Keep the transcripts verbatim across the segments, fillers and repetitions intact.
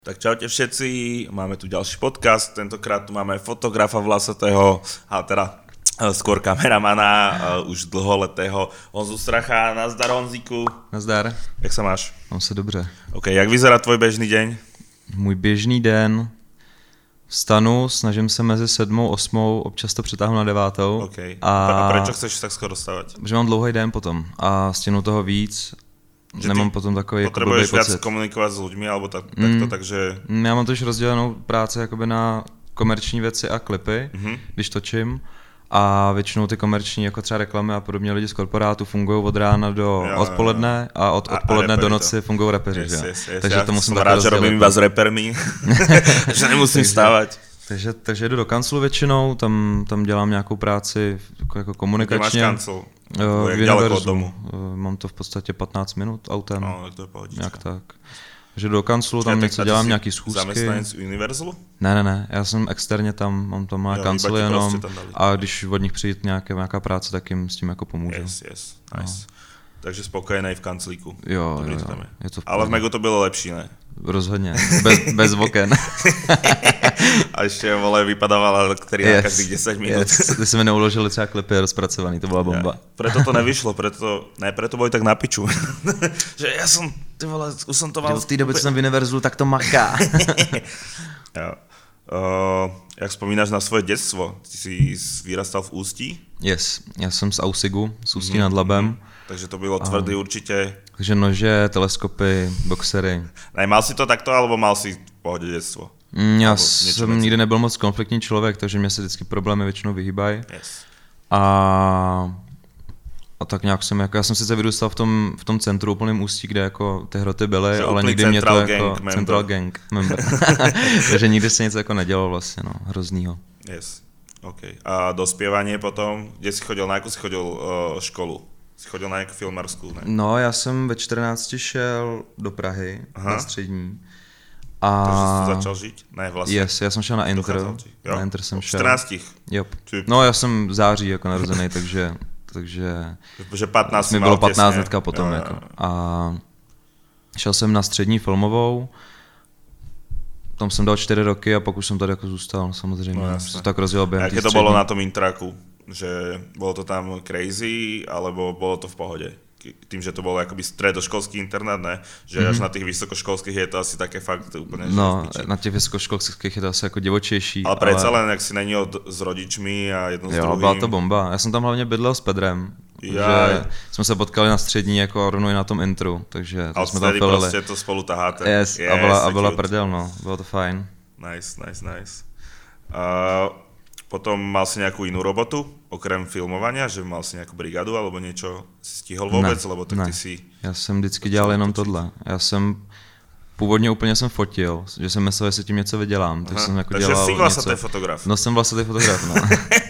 Tak čaute všetci, máme tu ďalší podcast, tentokrát tu máme fotografa vlasatého, a teda skôr kameramana, už dlholetého Honzu Stracha. Nazdar, Honzíku. Nazdar. Jak sa máš? Mám se dobře. OK, jak vyzerá tvoj bežný deň? Můj běžný den, vstanu, snažím se mezi sedmou, osmou, občas to přetáhnu na devátou. OK, a, a prečo chceš tak skoro dostávať? Že mám dlouhý den potom a stěnu toho víc. Že nemám potom takový jako blbý potrebuješ viac pocit. komunikovat s ľuďmi, alebo tak, mm. takto, takže... Já mám tož rozdělenou práci jakoby na komerční věci a klipy, mm-hmm. když točím. A většinou ty komerční, jako třeba reklamy a podobně, lidi z korporátu fungují od rána do jo, odpoledne jo. a od odpoledne a, a do noci to. fungují repeři. Yes, yes, yes. Takže já to musím jsem rád, že robím iba s repermi, že nemusím stávať. Takže, takže jdu do kanclu většinou, tam, tam dělám nějakou práci jako, jako komunikačně. Kde máš kancel? Uh, jak daleko od domu? Uh, mám to v podstatě patnáct minut autem. No, tak to je pohodička. Nějak tak. Takže do kanclu, tam něco dělám, nějaký schůzky. Zaměstnanec Universalu? Ne, ne, ne, já jsem externě tam, mám tam má kancel jenom prostě a když od nich přijít nějaké, nějaká práce, tak jim s tím jako pomůžu. Yes, yes, nice. No. Takže spokojený v kanclíku. Jo, Dobrý jo, to tam je. je. je to Ale v Megu to bylo lepší, ne? Rozhodně, bez, bez oken. A ještě, vole, vypadávala který yes, každých desať minut. Yes. Ty jsme mi neuložili třeba klipy rozpracovaný, to byla bomba. Ja, preto to nevyšlo, preto, ne, preto boli tak na piču. Že ja som, ty vole, už som to mal... V té době, co jsem v Universalu, tak to maká. Ja. Uh, jak vzpomínáš na svoje dětstvo? Ty jsi vyrastal v Ústí? Yes, já jsem z Ausigu, z Ústí mm-hmm. nad Labem. Takže to bylo tvrdý určitě. Takže nože, teleskopy, boxery. Ne, mal si to takto, alebo mal si v pohodě dětstvo? Mm, já jsem věcí. nikdy nebyl moc konfliktní člověk, takže mě se vždycky problémy většinou vyhýbají. Yes. A, a tak nějak jsem, jako, já jsem sice vyrůstal v tom, v tom centru úplným Ústí, kde jako ty hroty byly, že ale nikdy mě to gang jako member. Central Gang member. Takže nikdy se nic jako nedělalo vlastně, no, hroznýho. Yes, OK. A dospěvání potom, kde jsi chodil, na jakou jsi chodil uh, školu? Jsi chodil na nějakou filmarskou, ne? No, já jsem ve čtrnácti šel do Prahy, Aha. na střední. A... Takže jsi začal žít? Ne, vlastně. Yes, já jsem šel na Inter. Na Inter jsem šel. čtrnácti? Yep. No, já jsem v září jako narozený, takže... takže že patnáct mi bylo patnáct hnedka potom. Jo, jako. A šel jsem na střední filmovou, tam jsem dal čtyři roky a pak už jsem tady jako zůstal, samozřejmě. No, se tak rozjel během jaké to střední. Bylo na tom intraku? Že bolo to tam crazy, alebo bolo to v pohode? Tým, že to bolo akoby stredoškolský internát, ne? Že mm-hmm. až na tých vysokoškolských je to asi také fakt úplne... No, na těch vysokoškolských je to asi jako divočejší. Ale predsa ale... len, jak si není od, s rodičmi a jedno s jo, druhým. Byla to bomba. Já jsem tam hlavně bydlel s Pedrem. Ja. Že jsme se potkali na střední jako rovnou i na tom intru, takže to jsme tam pilili. Ale prostě to spolu taháte. Yes, yes, a byla, a byla prdel, no. Bylo to fajn. Nice, nice, nice. Uh, potom mal si nejakú inú robotu, okrem filmovania, že mal si nějakou brigádu, alebo něco si stihol vůbec, ne, lebo tak ne. ty si... Já jsem vždycky dělal jenom tohle. Já jsem původně úplně jsem fotil, že jsem myslel, že si tím něco vydělám. Takže jsem jako takže dělal jsi vlasatý něco... fotograf. No jsem vlasatý fotograf, no.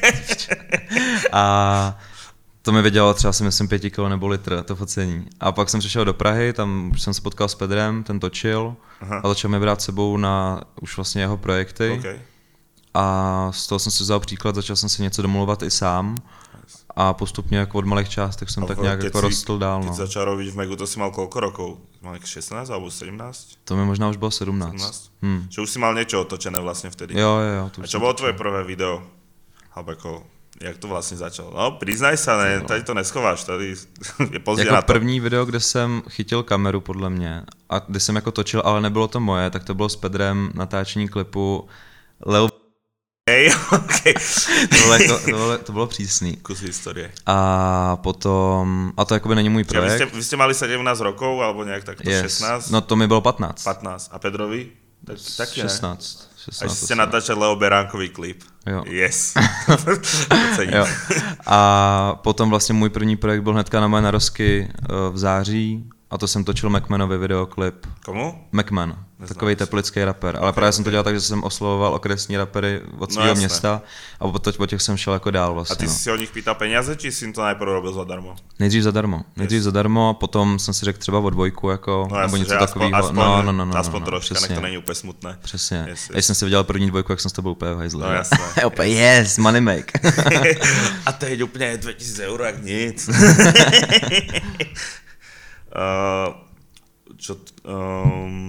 A to mi vydělalo třeba si myslím pěti kilo nebo litr, to focení. A pak jsem přišel do Prahy, tam už jsem se potkal s Pedrem, ten točil Aha. a začal mi brát sebou na už vlastně jeho projekty. Okay. A z toho jsem si vzal příklad, začal jsem si něco domluvat i sám a postupně jako od malých částek jsem a tak nějak jako si, rostl dál. Keď no. začal robiť v Megu, to si mal koľko rokov? Mal šestnáct alebo sedmnáct? To mi možná už bylo sedmnáct. sedmnáct? Hmm. Že už si mal niečo otočené vlastně vtedy. Jo, jo, jo. A čo bylo tvoje prvé video? Alebo jako, jak to vlastně začalo? No, priznaj sa, ne, tady to neschováš, tady je pozdě jako na to. První video, kde jsem chytil kameru podle mě a kde jsem jako točil, ale nebylo to moje, tak to bylo s Pedrem natáčení klipu Leo. Hej, okay. to, bylo jako, to, bylo, to bylo přísný. Kus historie. A potom, a to jakoby není můj projekt. Vy jste, vy jste mali sedmnáct rokov, alebo nějak takto yes. šestnáct? No to mi bylo patnáct. patnáct. A Pedrovi? Tak, taky šestnáct. šestnáct. A jste natáčeli Leo Beránkový klip. Jo. Yes. jo. A potom vlastně můj první projekt byl hnedka na moje narozky v září. A to jsem točil Macmanovi videoklip. Komu? Macman, takový teplický rapper. Ale okay, právě okay. jsem to dělal tak, že jsem oslovoval okresní rapery od svého no, města a po těch jsem šel jako dál vlastně. A ty no. jsi si od nich pýtal peníze, či jsi jim to najprv robil zadarmo? Nejdřív zadarmo. Nejdřív yes. zadarmo a potom jsem si řekl třeba o dvojku jako, no, nebo něco takového. Aspoň, no, no, no, no, aspoň no, troška, přesně. nech to není úplně smutné. Přesně. Yes, yes. Když jsem si viděl první dvojku, jak jsem s tebou úplně v hajzle. No jasné. Opět yes, money make. A teď úplně dva tisíce euro jak nic. uh, Čo, um,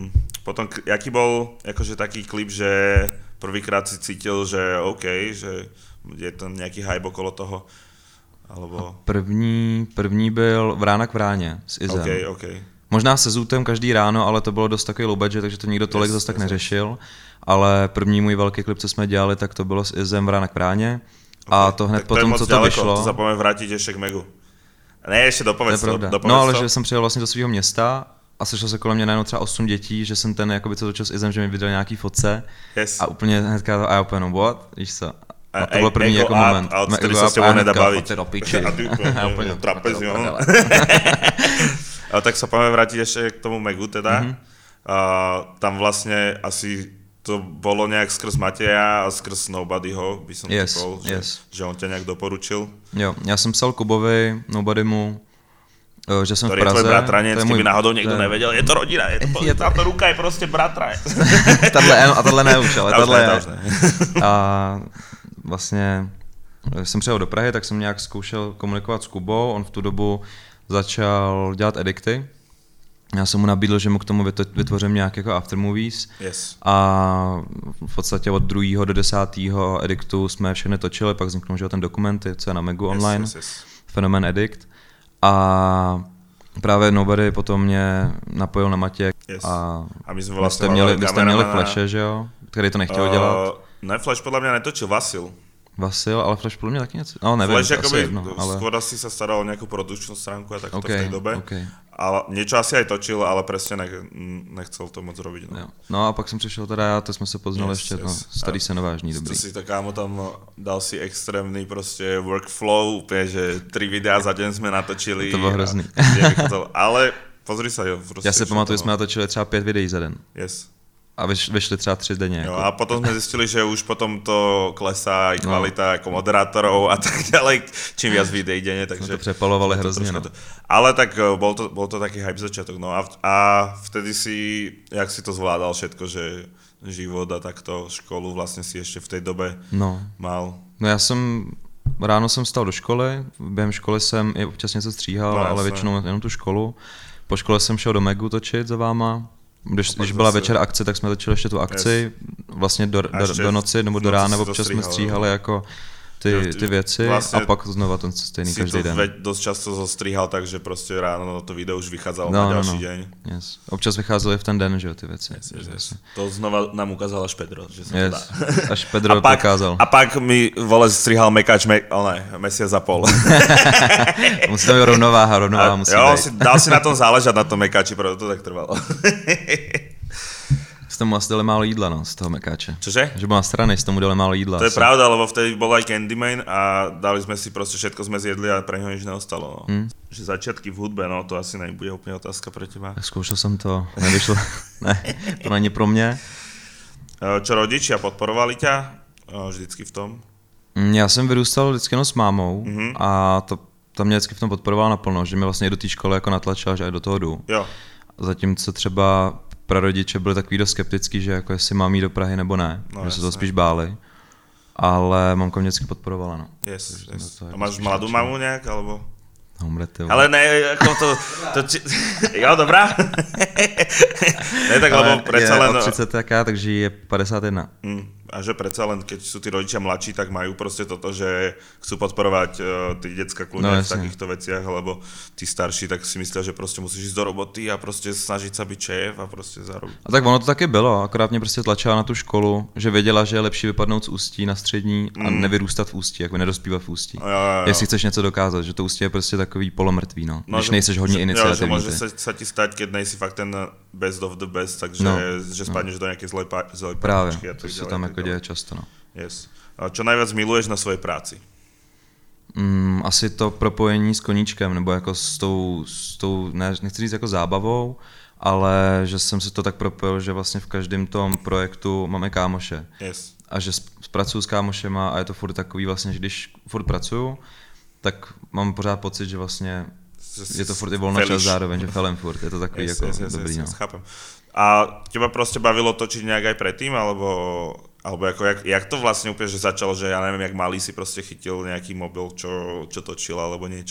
Potom, jaký bol akože taký klip, že prvýkrát si cítil, že OK, že je to nějaký hype okolo toho? Alebo... První, první byl Vrána k vráně s Izem. Okay, okay. Možná se Zootem každý ráno, ale to bylo dost takový low budget, takže to nikdo tolik yes, zase tak yes, neřešil. Ale první můj velký klip, co jsme dělali, tak to bylo s Izem Vrána k vráně. Okay. A to hned tak potom, to co to daleko, vyšlo... To zapomněl vrátit ještě k Megu. Ne, ještě dopověz to. Dopověz no ale to. Že jsem přijel vlastně do svého města a sešlo se kolem mě najednou třeba osm dětí, že jsem ten, jakoby co točil s Izem, že mi vydal nějaký fotce. Yes. A úplně hnedka to, a já úplně no what, víš co. A to byl první jako a, moment. A od který se s těbou nedá bavit. A ty do piči. A úplně trapezi, jo. Ale tak sa poďme vrátiť ešte k tomu Megu teda. Mm-hmm. A tam vlastne asi to bolo nejak skrz Mateja a skrz Nobodyho, by som yes, typol, že, yes. že on ťa nejak doporučil. Jo, já jsem psal Kubovi, Nobodymu, že jsem Ktorý v Praze. je tvoj bratranec, je keby můj... náhodou někdo nevedel, je to rodina, je to, je to... táto ruka je prostě bratranec. Tadle, a tahle ne už, ale tahle je. A vlastně jsem přijel do Prahy, tak jsem nějak zkoušel komunikovat s Kubou, on v tu dobu začal dělat edikty. Já jsem mu nabídl, že mu k tomu vytvořím nějak jako aftermovies. Yes. A v podstatě od druhého do desátého ediktu jsme všechny točili, pak vzniknul že ten dokument, co je na Megu online, yes, yes, yes. Fenomen Edikt. A právě Nobody potom mě napojil na Matěk. Yes. A, a my jsme vlastně jste měli, jste měli Flashe, že jo? Který to nechtěl uh, dělat. Ne, Flash podle mě netočil, Vasil. Vasil, ale Flash podle mě taky něco. No, nevím, Flash asi jedno, ale... skôr asi sa staral o nejakú produkčnú stránku a takto okay, v tej dobe. Okay. Ale niečo asi aj točil, ale presne ne, nechcel to moc robiť. No. no a pak jsem přišel teda já, to jsme se poznali yes, ještě, yes. no, starý se novážný, dobrý. To si to kámo tam dal si extrémny prostě workflow, úplně, že tři videa za den jsme natočili. To bylo hrozný. Ale pozri sa, jo. Prostě já si pamatuju, jsme natočili třeba pět videí za den. Yes. A vyšli třeba tři denně. Jo, jako. a potom jsme zjistili, že už potom to klesá i kvalita no. jako moderátorov a tak ďalej, čím viac videí denně, takže... Jsme to přepalovali hrozně, no. To. Ale tak bol to, bol to taký hype začiatok, no a, a vtedy si, jak si to zvládal všetko, že život a takto školu vlastně si ještě v té době no. mal? No já jsem, ráno jsem vstal do školy, během školy jsem i občas něco stříhal, no, ale většinou jenom tu školu. Po škole jsem šel do Megu točit za váma. Když, když byla zase... večer akce, tak jsme točili ještě tu akci, yes. vlastně do, do, do noci nebo do rána občas jsme stříhali jako ty, ty věci vlastně a pak znova ten stejný každý den. Si to dost často zostříhal, takže prostě ráno to video už vycházelo no, na další no, no. deň. Yes. Občas vycházely v ten den, že jo, ty věci. Yes, yes, yes. To znova nám ukázal až Pedro, že se yes. to dá. Až Pedro pak, dokázal. A pak mi vole stříhal mekač, me, ale ne, mesiac za pol. Musí tam rovnováha, rovnováha musí jo, být. Si, dal si na tom záležet na tom mekači, proto to tak trvalo. S tomu asi dali málo jídla, no, z toho mekáče. Čože? Že byl na strany, s tomu dali málo jídla. To je asi. pravda, lebo vtedy bol aj Candyman a dali sme si proste všetko sme zjedli a pre neho nič neostalo. No. Hmm. Že začiatky v hudbe, no to asi nebude úplne otázka pre teba. Zkoušel jsem to, nevyšlo. Ne, to není pro mě. Čo rodičia, podporovali ťa vždycky v tom? Já jsem vyrůstal vždycky jenom s mámou mm-hmm. a to, ta mě vždycky v tom podporovala naplno, že mě vlastně i do té školy jako natlačila, že aj do toho jdu. Jo. Zatímco třeba prarodiče byli takový dost skeptický, že jako jestli mám jít do Prahy nebo ne, no, že se to spíš báli. Ale mamka mě vždycky podporovala, no. Yes, yes. To, a máš mladou mamu nějak, alebo? No, umrete. Ale ne, jako to, to či... jo, dobrá. Ne, tak lebo predsa len... Je od třicet taká, takže je padesát jedna. Mm. A že predsa len, keď sú tí rodičia mladší, tak majú proste toto, že chcú podporovať uh, tí decka kľudne no, v takýchto veciach, lebo tí starší tak si myslia, že proste musíš ísť do roboty a proste snažiť sa byť šéf a proste zarobiť. A tak ono to taky bylo, akorát mě prostě tlačila na tu školu, že věděla, že je lepší vypadnout z Ústí na střední a mm. nevyrůstat v Ústí, jako nedospívat v Ústí. Jo, jo, jo. Jestli chceš něco dokázat, že to Ústí je prostě takový polomrtvý, no, no když že, nejseš hodně iniciativní. Jo, že môže sa, sa ti stať, keď nejsi fakt ten best of the best, takže no, že spadneš no. do nejakej zlej páčky. Právě, to se tam jako děje často, no. Yes. A čo najviac miluješ na svojej práci? Mm, asi to propojení s koníčkem, nebo jako s tou, s tou ne, nechci říct jako zábavou, ale že jsem se to tak propojil, že vlastně v každém tom projektu máme kámoše. Yes. A že pracuju s kámošema a je to furt takový vlastně, že když furt pracuju, tak mám pořád pocit, že vlastně je to furt i volnočas zároveň, že felem furt, je to takový yes, jako yes, yes, dobrý, yes, yes, no. Chápem. A teba prostě bavilo točiť nejak aj predtým, alebo, alebo jako, jak, jak to vlastne úplne, že začalo, že ja neviem, jak malý si prostě chytil nejaký mobil, čo, čo točil, alebo niečo?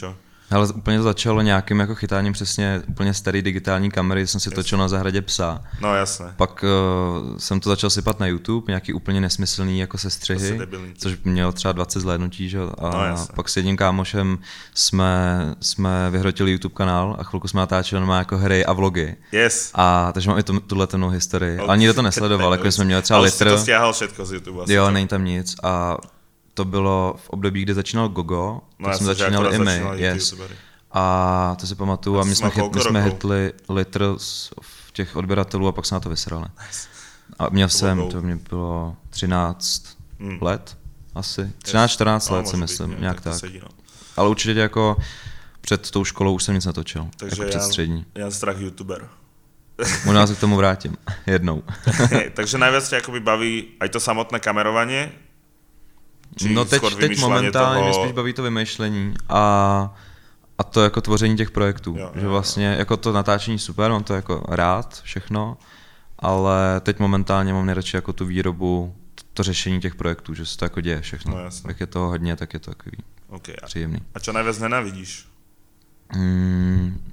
Ale úplně to začalo nějakým jako chytáním přesně úplně starý digitální kamery, jsem si jasně. točil na zahradě psa. No jasné. Pak uh, jsem to začal sypat na YouTube, nějaký úplně nesmyslný jako sestřihy, což mělo třeba dvacet zhlédnutí, že? A no, pak s jedním kámošem jsme, jsme vyhrotili YouTube kanál a chvilku jsme natáčeli na jako hry a vlogy. Yes. A takže mám i tuhle temnou historii. Okay. Ale nikdo to nesledoval, jako jsme měli třeba ale litr. Ale to stiahal všetko z YouTube. Jo, není tam nic a to bylo v období, kdy začínal Gogo, no, tak jsme začínali i my, yes. A to si pamatuju a my jsme, chyt, my jsme hitli litr z těch odběratelů a pak jsme na to vysrali. Nice. A měl to jsem, to mě bylo třináct mm. let asi, třináct čtrnáct yes. let no, si myslím, být, nějak tak. tak. Sedí, no. Ale určitě jako před tou školou už jsem nic netočil, takže jako před střední. Já strach youtuber. Možná se k tomu vrátím, jednou. Takže najviac tě jakoby baví aj to samotné kamerovanie? No teď, teď momentálně toho... mě spíš baví to vymýšlení a, a to jako tvoření těch projektů, jo, že vlastně jo. jako to natáčení super, mám to jako rád všechno, ale teď momentálně mám nejradši jako tu výrobu, to, to řešení těch projektů, že se to jako děje všechno. No, jak je toho hodně, tak je to takový okay, příjemný. A čo najviac nenávidíš? Hmm,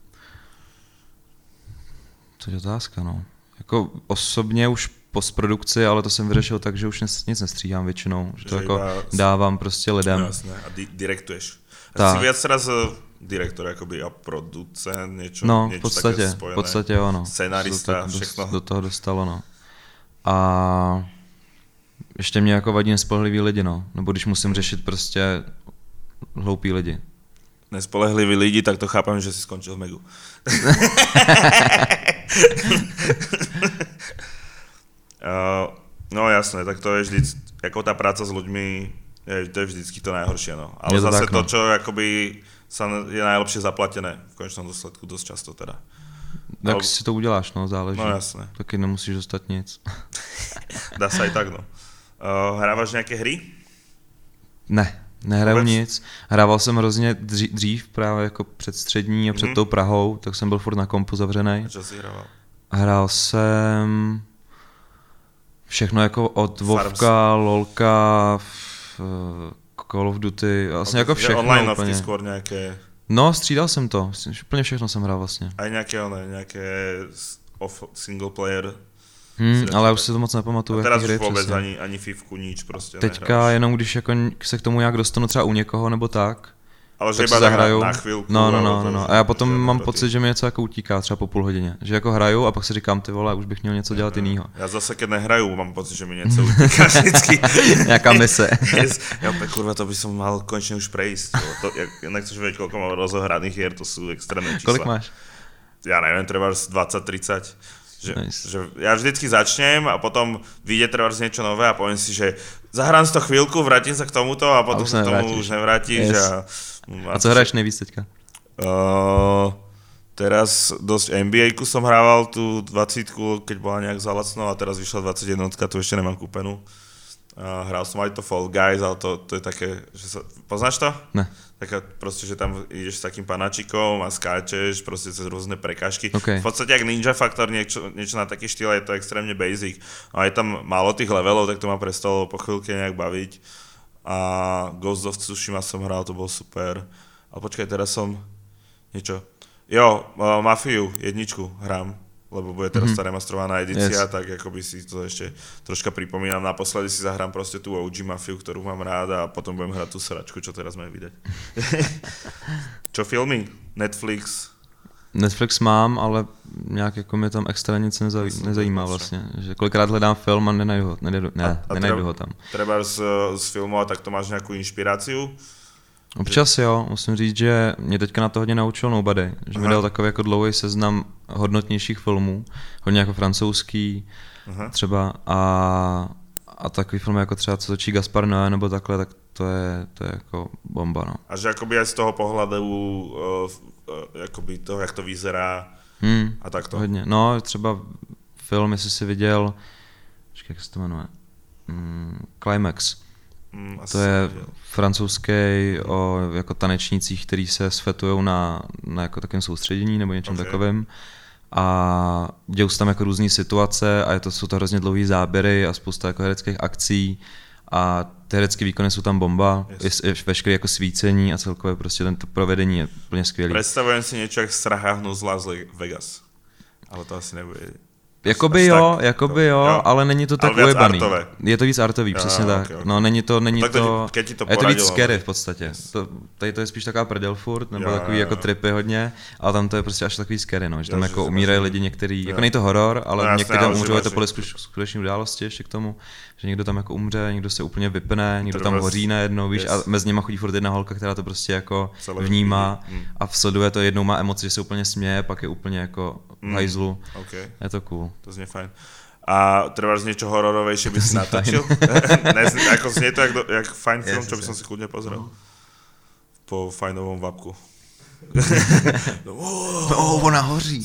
to je otázka, no. Jako osobně už postprodukci, ale to jsem vyřešil tak, že už nic nestříhám většinou, že to že jako dávám prostě lidem. No jasné, a di- direktuješ. A tak. Jsi viac teraz direktor, jakoby a producent, niečo, no, niečo v podstatě, také spojené. v podstatě jo, no. Scenarista, všechno. Do toho dostalo, no. A ještě mě jako vadí nespolehliví lidi, no. Nebo když musím řešit prostě hloupí lidi. Nespolehliví lidi, tak to chápem, že si skončil v Megu. Uh, no jasné, tak to je vždy, jako tá práca s ľuďmi, je, to je vždycky to najhoršie, no. Ale to zase tak, no. to, čo akoby sa je najlepšie zaplatené v konečnom dôsledku dosť často teda. Jak Ale... si to uděláš, no, záleží. No jasné. Taky nemusíš dostat nic. Dá sa aj tak, no. Uh, hrávaš nejaké hry? Ne, nehraju Vůbec? nic. Hrával jsem hrozně dřív, dřív právě jako před střední a před mm-hmm. tou Prahou, tak jsem byl furt na kompu zavřenej. A čo si hrával? Hrál jsem... Všechno jako od Vovka, Lolka, Call of Duty, vlastně jako všechno online úplně. Skôr nějaké... No, střídal jsem to, úplně všechno jsem hrál vlastně. A nějaké one, nějaké off single player? Hmm, ale já už si to moc nepamatuju. A teraz už vůbec ani, ani fifku, nič prostě Teďka nehráš. Jenom když jako se k tomu nějak dostanu třeba u někoho nebo tak, ale že iba zahraju na, na chvilku. No, no, no, no, no. A já potom mám proti. pocit, že mi něco jako utíká třeba po půl hodině. Že jako hraju a pak si říkám, ty vole, už bych měl něco dělat jinýho. Já zase, keď nehraju, mám pocit, že mi něco utíká vždycky. Nějaká mise. Yes. Ja, tak kurva, to by som mal konečne už prejsť. To, ja, ja nechceš vedieť, koľko mám rozohraných hier, to sú extrémne čísla. Kolik máš? Ja neviem, treba dvadsať tridsať. Že, nice. že ja vždycky začnem a potom vyjde trebárs niečo nové a poviem si, že zahrám si to chvíľku, vrátim sa k tomuto a potom a sa k tomu už nevrátiš. Yes. A, a co hraješ nejvíc teďka? Uh, teraz dosť N B A-ku som hrával, tú dvadsiatku, keď bola nejak zalacno a teraz vyšla dvadsaťjednotka, tu ešte nemám kúpenú. Uh, hral som aj to Fall Guys, ale to, to je také, že sa, poznáš to? Ne. Taká proste, že tam ideš s takým panačikom a skáčeš proste cez rôzne prekážky. Okay. V podstate jak Ninja Factor, niečo, niečo na taký štýl, je to extrémne basic. A je tam málo tých levelov, tak to ma prestalo po chvíľke nejak baviť. A Ghost of Tsushima som hral, to bol super. Ale počkaj, teraz som niečo... Jo, uh, Mafiu jedničku hrám, lebo bude teraz mm-hmm. tá remastrovaná edícia, yes. tak akoby si to ešte troška pripomínam. Naposledy si zahrám proste tú O G Mafiu, ktorú mám rád a potom budem hrať tú sračku, čo teraz majú vydať. Čo filmy? Netflix? Netflix mám, ale nějak jako mě tam extra nic nezaj, nezajímá vlastně. Že kolikrát hledám film a nenajdu ho, nenajdu, ne, a, a nenajdu treba, ho tam. Treba z, z filmu a tak to máš nějakou inšpiráciu? Občas jo, musím říct, že mě teďka na to hodně naučil Nobody, že Aha. mi dal takový jako dlouhý seznam hodnotnějších filmů, hodně jako francouzský Aha. třeba a, a takový film jako třeba co točí Gaspar Noé nebo takhle, tak to je, to je jako bomba, no. A že akoby aj z toho pohľadu uh, uh, akoby toho, jak to vyzerá hmm, a takto. Hodně, no třeba film, jestli jsi viděl, jak se to jmenuje, mm, Climax. Mm, to je francouzský o jako tanečnících, který se svetujou na, na jako takovém soustředění nebo něčem okay. takovým a dějou se tam jako různý situace a je to, jsou to hrozně dlouhý záběry a spousta jako hereckých akcí a ty herecké výkony jsou tam bomba, yes. je, je veškeré jako svícení a celkové prostě tento provedení je úplně skvělý. Představujem si něco jak Strach hnus z Las Vegas, ale to asi nebude. Jakoby jo, tak, jakoby jo, jo, ale není to tak ujebaný. Je to víc artový, jo, přesně tak. Okay, okay. No není to, není no, to, to, to je to víc scary v podstatě. Yes. To, tady to je spíš taková prdel furt, nebo jo, takový jo, jako jo. tripy hodně, ale tam to je prostě až takový scary, no, že tam jo, jako umírají lidi některý, jo. jako není to horor, ale no, některý tam umřou, je to podle skutečné události ještě k tomu, že někdo tam jako umře, někdo se úplně vypne, někdo tam hoří najednou, víš, a mezi nimi chodí furt jedna holka, která to prostě jako vnímá a sleduje to, jednou má emoci, že se úplně směje, pak je úplně jako v hajzlu. Je to cool. To znie fajn. A trebárs niečo hororovejšie by si natočil? ne, ako znie to jak, do, jak fajn film, čo by som si kľudne pozrel. Po fajnovom vapku. no, oh, ona hoří.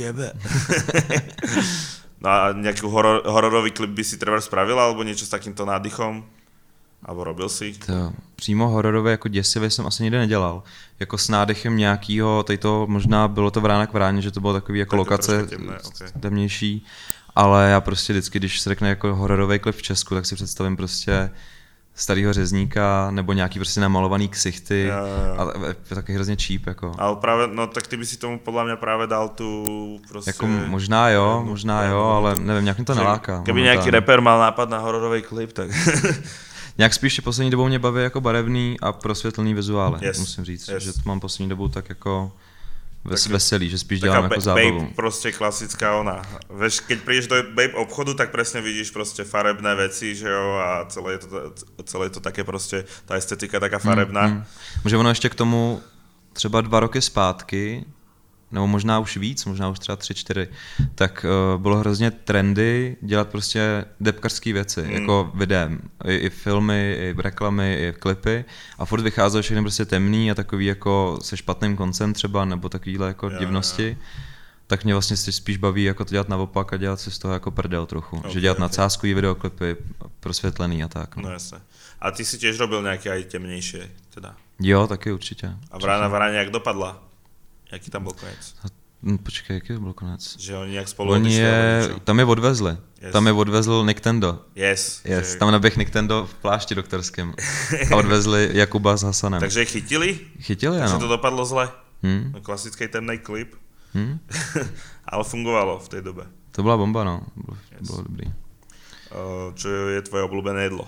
No a nejaký horor, hororový klip by si trebárs spravil, alebo niečo s takýmto nádychom? Alebo robil si? To, přímo hororové jako děsivé jsem asi nikdy nedělal. Jako s nádechem nějakýho, tady to možná bylo to Vrána k vráně, že to bylo takový jako tak lokace temné, okay. temnější, ale já prostě vždycky, když se řekne jako hororový klip v Česku, tak si představím prostě starýho řezníka nebo nějaký prostě namalovaný ksichty ja, ja, ja. a je taky hrozně cheap jako. Ale právě, no tak ty by si tomu podle mě právě dal tu prostě... Jako možná jo, no, možná no, jo, no, ale nevím, nějak mě to naláká. Kdyby nějaký rapper mal nápad na hororový klip, tak... Nějak spíš poslední dobou mě baví jako barevný a prosvětlný vizuály, yes, musím říct, yes. že to mám poslední dobou tak jako ves, veselý, že spíš dělám jako zábavu. Babe prostě klasická ona. Veš, keď prídeš do Babe obchodu, tak presne vidíš prostě farebné veci, že jo, a celé je to, celé je to také prostě, ta estetika taká farebná. Mm, mm. Může ono ještě k tomu třeba dva roky zpátky, nebo možná už víc, možná už třeba tři, čtyři, tak uh, bylo hrozně trendy dělat prostě depkařské věci, mm. jako videem, I, i filmy, i reklamy, i klipy a furt vycházelo všechny prostě temný a takový jako se špatným koncem třeba, nebo takovýhle jako jo, divnosti, jo. tak mě vlastně spíš baví jako to dělat naopak a dělat si z toho jako prdel trochu, okay, že dělat okay. nadsázkový videoklipy, prosvětlený a tak. No, no jasne. A ty si tiež robil nějaké aj temnější, teda? Jo, taky určitě. A Vrána Vráně jak dopadla? Jaký tam byl konec? No, počkej, jaký byl konec? Že oni jak spolu oni je, tam je odvezli. Yes. Tam je odvezl Nintendo. Yes. yes. Že... Tam naběh Nintendo v plášti doktorském. A odvezli Jakuba s Hasanem. Takže je chytili? Chytili, ano. Takže to dopadlo zle. Hmm. Klasický temný klip. Hmm. Ale fungovalo v té době. To byla bomba, no. Bylo, yes. bylo dobrý. Uh, čo je tvoje oblúbené jedlo?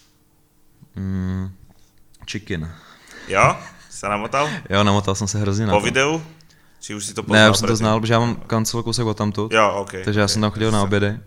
Mm, chicken. Jo? Se namotal? Jo, namotal jsem se hrozně na to. Po videu? Či už si to poznal? Ne, já už jsem to znal, protože já mám kancel kousek od tamtud. Jo, okay, takže okay, já jsem tam chodil na obědy.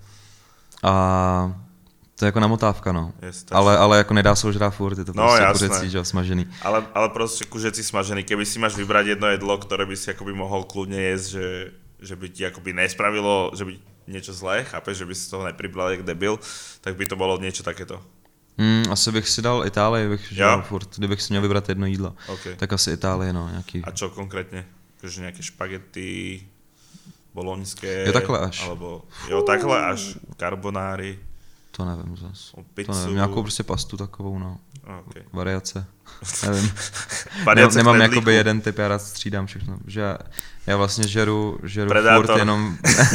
A to je jako namotávka, no. Yes, ale, ale jako nedá se ožrát furt, je to no, prostě jasné. kuřecí, že jo, smažený. Ale, ale prostě kuřecí smažený, keby si máš vybrať jedno jedlo, ktoré by si akoby mohol kľudne jesť, že, že by ti akoby nespravilo, že by niečo zlé, chápeš, že by si z toho nepribral jak debil, tak by to bolo niečo takéto. Mm, asi bych si dal Itálii, bych žil furt, kdybych si měl vybrat jedno jídlo. Okay. Tak asi Itálie, no, nějaký. A čo konkrétně? Že nějaké špagety, boloňské, jo, takhle až. Alebo, jo, takhle až, carbonáry. To nevím zas. To nevím, nějakou prostě pastu takovou, no. Okay. Variace. Nevím. Variace ne, nemám jakoby jeden typ, já rád střídám všechno. Že já, já vlastně žeru, žeru Predátor. furt jenom...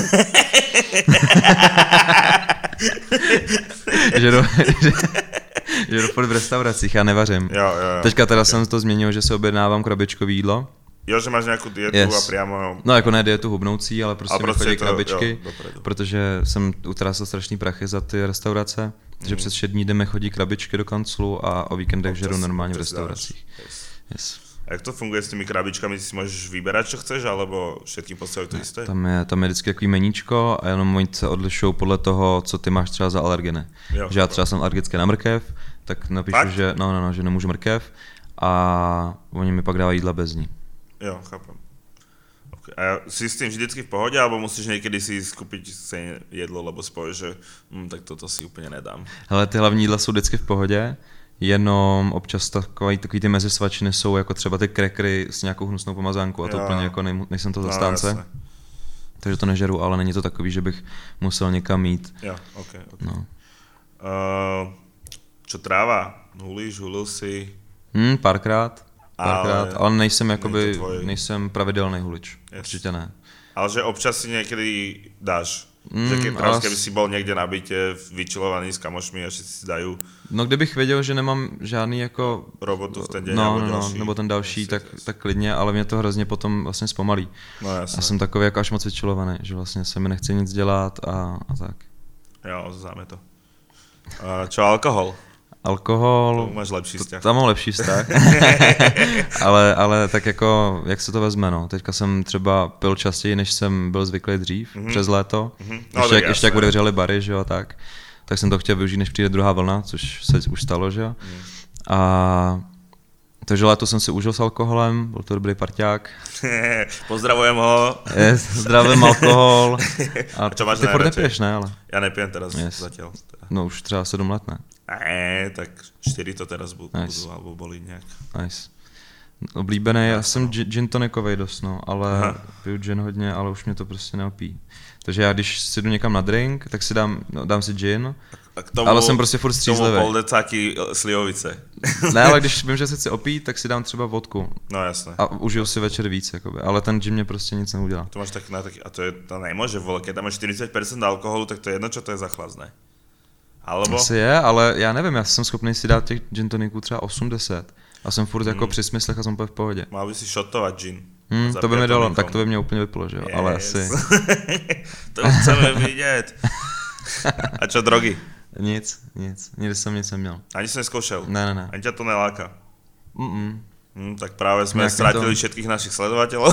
žeru, žeru furt v restauracích, já nevařím. Jo, jo, jo. Teďka teda okay. jsem to změnil, že se objednávám krabičkový jídlo. Jo, že máš nějakou dietu yes. a přímo... No jako ne dietu hubnoucí, ale prostě, prostě mi chodí krabičky, jo, protože jsem utrácel strašný prachy za ty restaurace, takže mm. přes šest dní jdeme chodí krabičky do kanclu a o víkendech občas, žeru normálně v restauracích. Yes. Yes. A jak to funguje s těmi krabičkami? Ty si můžeš vybírat, co chceš, alebo všetkým posílají to jisté? Tam je, tam je vždycky takový meníčko a jenom oni se odlišují podle toho, co ty máš třeba za alergeny. Jo, že já třeba jsem alergický na mrkev, tak napíšu, Fakt? že, no, no, no, že nemůžu mrkev a oni mi pak dávají jídla bez ní. Jo, chápem. Okay. A si s tým vždycky v pohodě, alebo musíš někdy si skupiť si jedlo, lebo si povieš, že hm, tak toto si úplně nedám? Hele, ty hlavní jídla jsou vždycky v pohodě, jenom občas takový, takový ty mezisvačiny jsou jako třeba ty krekry s nějakou hnusnou pomazánkou a to jo. úplně jako nej, nejsem to zastánce. No, takže to nežeru, ale není to takový, že bych musel někam jít. Jo, ok, ok. No. Uh, čo tráva? Hulíš, hulil si? Hmm, párkrát. Párkrát, ale, ale nejsem jakoby, tvoj... nejsem pravidelný hulič, yes. Určitě ne. Ale že občas si někdy dáš, Mm, že keď teraz, keby si bol někde na bytě, vyčilovaný s kamošmi a všetci si dajú. No kdybych věděl, že nemám žádný jako... robotu v ten deň, no, nebo další. No, nebo ten další, tak, tak klidně, ale mě to hrozně potom vlastně zpomalí. No jasně. Já jsem takový jako až moc vyčilovaný, že vlastně se mi nechce nic dělat a, a tak. Jo, známe to. A čo alkohol? Alkohol... To máš lepší vztah. Tam mám lepší vztah. ale, ale tak jako, jak se to vezme, no. Teďka jsem třeba pil častěji, než jsem byl zvyklý dřív, mm-hmm. přes léto. Mm-hmm. No, ještě, jak, ještě jak otevřeli bary, že jo, tak. Tak jsem to chtěl využít, než přijde druhá vlna, což se už stalo, že jo. Mm. A... Takže léto jsem si užil s alkoholem, byl to dobrý parťák. Pozdravujem ho. Yes, zdravím alkohol. A, a čo máš ty furt nepiješ, ne? Ale... Já nepijem teraz yes. zatiaľ. Teda. No už třeba sedm let, ne? Ne, tak čtyři to teraz budú, nice. alebo bolí nějak. Nice. Oblíbený, já jsem gin tonikovej dost, no, ale aha. piju gin hodně, ale už mě to prostě neopí. Takže já když si jdu někam na drink, tak si dám, no, dám si gin, a k tomu, ale jsem prostě furt střízlivý. K tomu poldecáky slivovice. Ne, ale když vím, že se chci opít, tak si dám třeba vodku. No jasné. A užiju si večer víc, jakoby. Ale ten gin mě prostě nic neudělá. To máš tak na taky, a to je, to nemůže, vole, keď tam máš čtyřicet procent alkoholu, tak to je jedno, čo to je za chlast, ne? Alebo? Asi je, ale já nevím, já jsem schopný si dát těch gin toniků třeba osmdesát. A jsem furt mm. jako při smyslech a jsem úplně v pohodě. Mal by si shotovat gin. Hmm, to by mi dalo, tak to by mě úplně vypilo, že jo, yes. Ale asi. To chceme vidět. A čo drogy? Nic, nic, nikdy jsem nic neměl. Ani jsi neskoušel? Ne, ne, ne. Ani tě to neláká? Mm Hmm, tak právě jsme ztratili to... všetkých našich sledovatelů.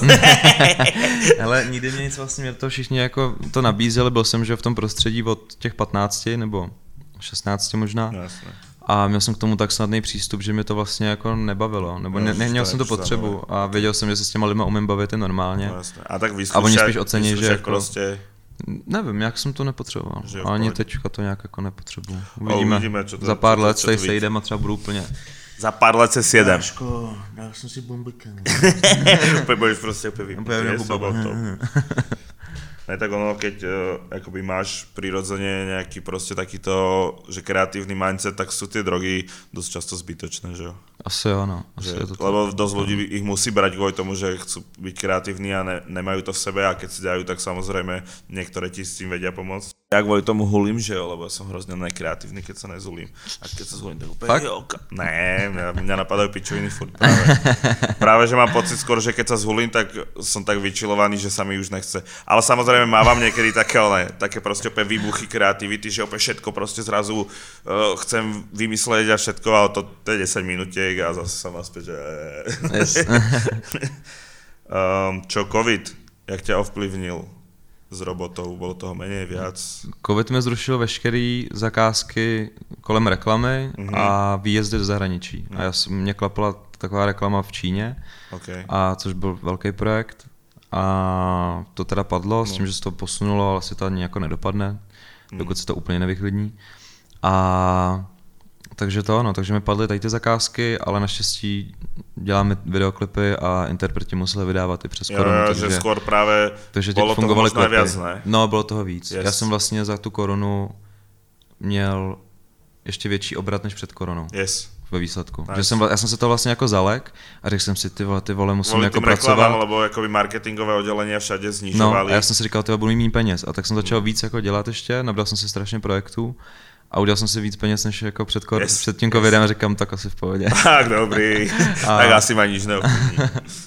Ale nikdy mě nic vlastně, mě to všichni jako to nabízeli, byl jsem, že v tom prostředí od těch patnácti nebo šestnácti možná. No, jasné. A měl jsem k tomu tak snadný přístup, že mě to vlastně jako nebavilo, nebo no, ne, neměl jsem tu potřebu a věděl jsem, že se s těma lidma umím bavit i normálně. No, a tak a oni spíš ocení, že jako, prostě... Nevím, jak jsem to nepotřeboval, ani teďka to nějak jako nepotřebuju. Uvidíme, uvidíme čo to, za pár čo to, let tady sejdem a třeba budu úplně... Za pár let se sjedem. Dáško, dal jsem si bombika. Budeš prostě úplně vypít. Ne, tak ono, keď uh, akoby máš prirodzene nejaký proste takýto, že kreatívny mindset, tak sú tie drogy dosť často zbytočné, že jo? Asi jo, no. Asi že, je to lebo tak. Dosť ľudí ich musí brať kvôli tomu, že chcú byť kreatívni a ne, nemajú to v sebe a keď si dajú, tak samozrejme niektoré ti s tým vedia pomôcť. Ja kvôli tomu hulím, že jo, lebo ja som hrozne nekreatívny, keď sa nezhulím. A keď sa zhulím, tak úplne joka. Ne, mňa, mňa napadajú pičoviny furt práve. Práve, že mám pocit skôr, že keď sa zhulím, tak som tak vyčilovaný, že sa mi už nechce. Ale samozrejme mávam niekedy také, ale, také proste opäť výbuchy kreativity, že opäť všetko proste zrazu uh, chcem vymysleť a všetko, ale to, to je desať minútiek a zase som naspäť, že... Yes. um, čo COVID, jak ťa ovplyvnil s robotou, bylo toho méně, viac? COVID mi zrušil veškeré zakázky kolem reklamy mm-hmm. a výjezdy do zahraničí. Mm. A já jsem, mě klapla taková reklama v Číně, okay. a což byl velký projekt. A to teda padlo, no. S tím, že se to posunulo, ale asi to ani jako nedopadne, mm. dokud se to úplně nevychlidní. A takže to, no, takže mi padly tady ty zakázky, ale naštěstí děláme videoklipy a interpreti museli vydávat i přes korunu. Jo, takže že skôr právě takže bylo toho možná viac, ne? No, bylo toho víc. Yes. Já jsem vlastně za tu korunu měl ještě větší obrat než před koronou. Yes. Ve výsledku. Nice. Že jsem, já jsem se to vlastně jako zalek a řekl jsem si, ty vole, ty vole, musím Voli jako pracovat. Voli lebo jakoby marketingové oddělení všade znižovali. No, a já jsem si říkal, ty budu mít méně peněz. A tak jsem začal víc jako dělat ještě, nabral jsem si strašně projektů. A udělal jsem si víc peněz než jako před, kor- yes, před tím covidem yes. A říkám, tak asi v pohodě. Tak dobrý, a... tak asi ma nič neovplyvní.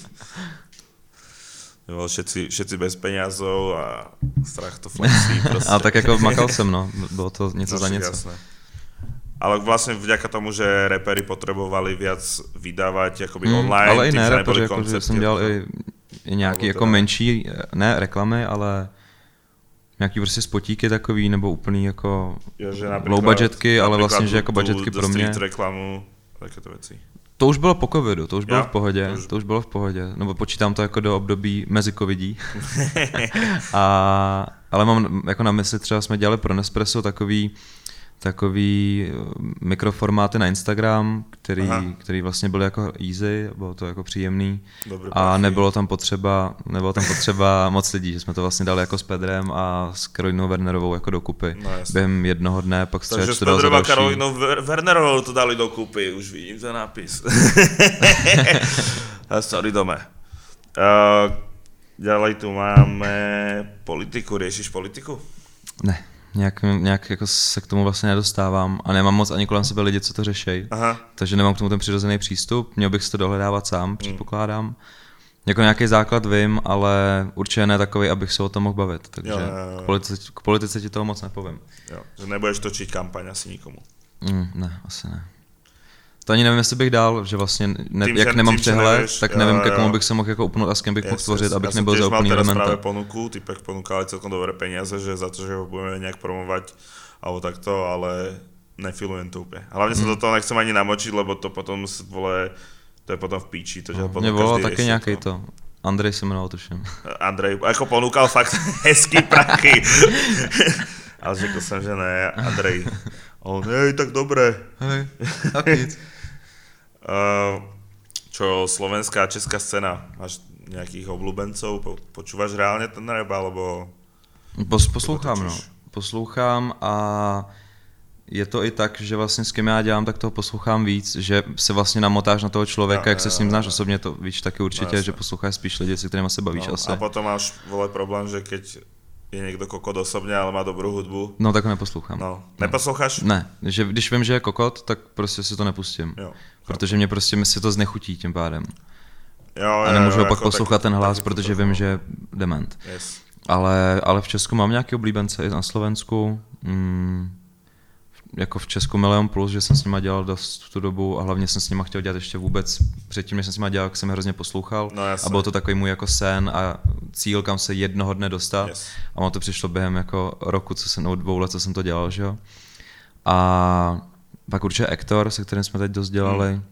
Všetci, všetci bez peňazov a strach to flexí prostě. A tak jako makal jsem, no, bylo to něco no, za něco. Jasné. Ale vlastně vďaka tomu, že rapery potřebovali viac vydávat jakoby mm, online, ale i ne rapery, jako, že jsem dělal i, i nějaký jako teda... menší, ne reklamy, ale nějaký prostě spotíky takový, nebo úplný jako jo, low budgetky, ale vlastně, že jako budgetky pro mě. Reklamu, takéto věci. To už bylo po covidu, to už bylo jo, v pohodě, to už... to už bylo v pohodě, nebo počítám to jako do období mezi covidí. A, ale mám jako na mysli, třeba jsme dělali pro Nespresso takový, takový mikroformáty na Instagram, který, který vlastně byly jako easy, bylo to jako příjemný. Dobrý, a nebylo tam potřeba, nebylo tam potřeba moc lidí, že jsme to vlastně dali jako s Pedrem a s Karolinou Wernerovou jako dokupy. No, během jednoho dne, pak střed, takže s Pedrem a Karolinou Wernerovou to dali dokupy, už vidím ten nápis. Sorry dome. Uh, ďalej tu máme politiku, riešiš politiku? Ne, nějak, nějak jako se k tomu vlastně nedostávám a nemám moc ani kolem sebe lidi, co to řešejí. Takže nemám k tomu ten přirozený přístup, měl bych si to dohledávat sám, hmm. předpokládám. Jako nějaký základ vím, ale určitě ne takový, abych se o tom mohl bavit, takže jo, jo, jo. K, politice, k politice ti toho moc nepovím. Jo, že nebudeš točit kampaň asi nikomu. Mm, ne, asi ne. To ani nevím, jestli bych dál, že vlastně, ne, tím, jak nemám přehled, tak nevím, k komu bych se mohl jako upnout a s kým bych yes, mohl stvořit, yes. abych nebyl za úplný elementa. Ja som tiež mal teraz práve ponuku, typek ponúkali celkom dobré peniaze, že za to, že ho budeme nejak promovať, alebo takto, ale nefilujem to úplne. Hlavne sa mm. do toho nechcem ani namočiť, lebo to potom vole, to je potom v píči. To, že no, potom volal taky nějaký to. to. Andrej se jmenoval, tuším. Andrej, ako ponúkal fakt hezký prachy. Ale řekl jsem, že ne, Andrej. On, hej, tak dobré. Hej, tak nic. Uh, čo slovenská a česká scéna? Máš nejakých obľúbencov? Po, počúvaš reálne ten rap, alebo... Pos, poslouchám, no. Poslouchám a je to i tak, že vlastně s kým já dělám, tak toho poslouchám víc, že se vlastně namotáš na toho člověka, no, jak se s ním znáš osobně, to víš taky určitě, no, že posloucháš spíš lidi, se kterými se bavíš no, asi. A potom máš, vole, problém, že keď je někdo kokot osobně, ale má dobrou hudbu. No tak ho neposlouchám. No, neposloucháš? Ne, že když vím, že je kokot, tak prostě si to nepustím. Jo, protože mě prostě mi si to znechutí tím pádem. Jo, a nemůžu jo, jo, pak poslouchat ten hlas, protože vím, že je dement. Yes. Ale, ale v Česku mám nějaké oblíbence i na Slovensku. Mm, jako v Česku Milion Plus, že jsem s nima dělal dost v tu dobu a hlavně jsem s nima chtěl dělat ještě vůbec předtím, než jsem s nima dělal, jsem je hrozně poslouchal no, a byl to takový můj jako sen a cíl, kam se jednoho dne dostat yes. a ono to přišlo během jako roku, co jsem, nebo dvou let, co jsem to dělal, že jo. A pak určitě Ektor, se kterým jsme teď dost dělali hmm.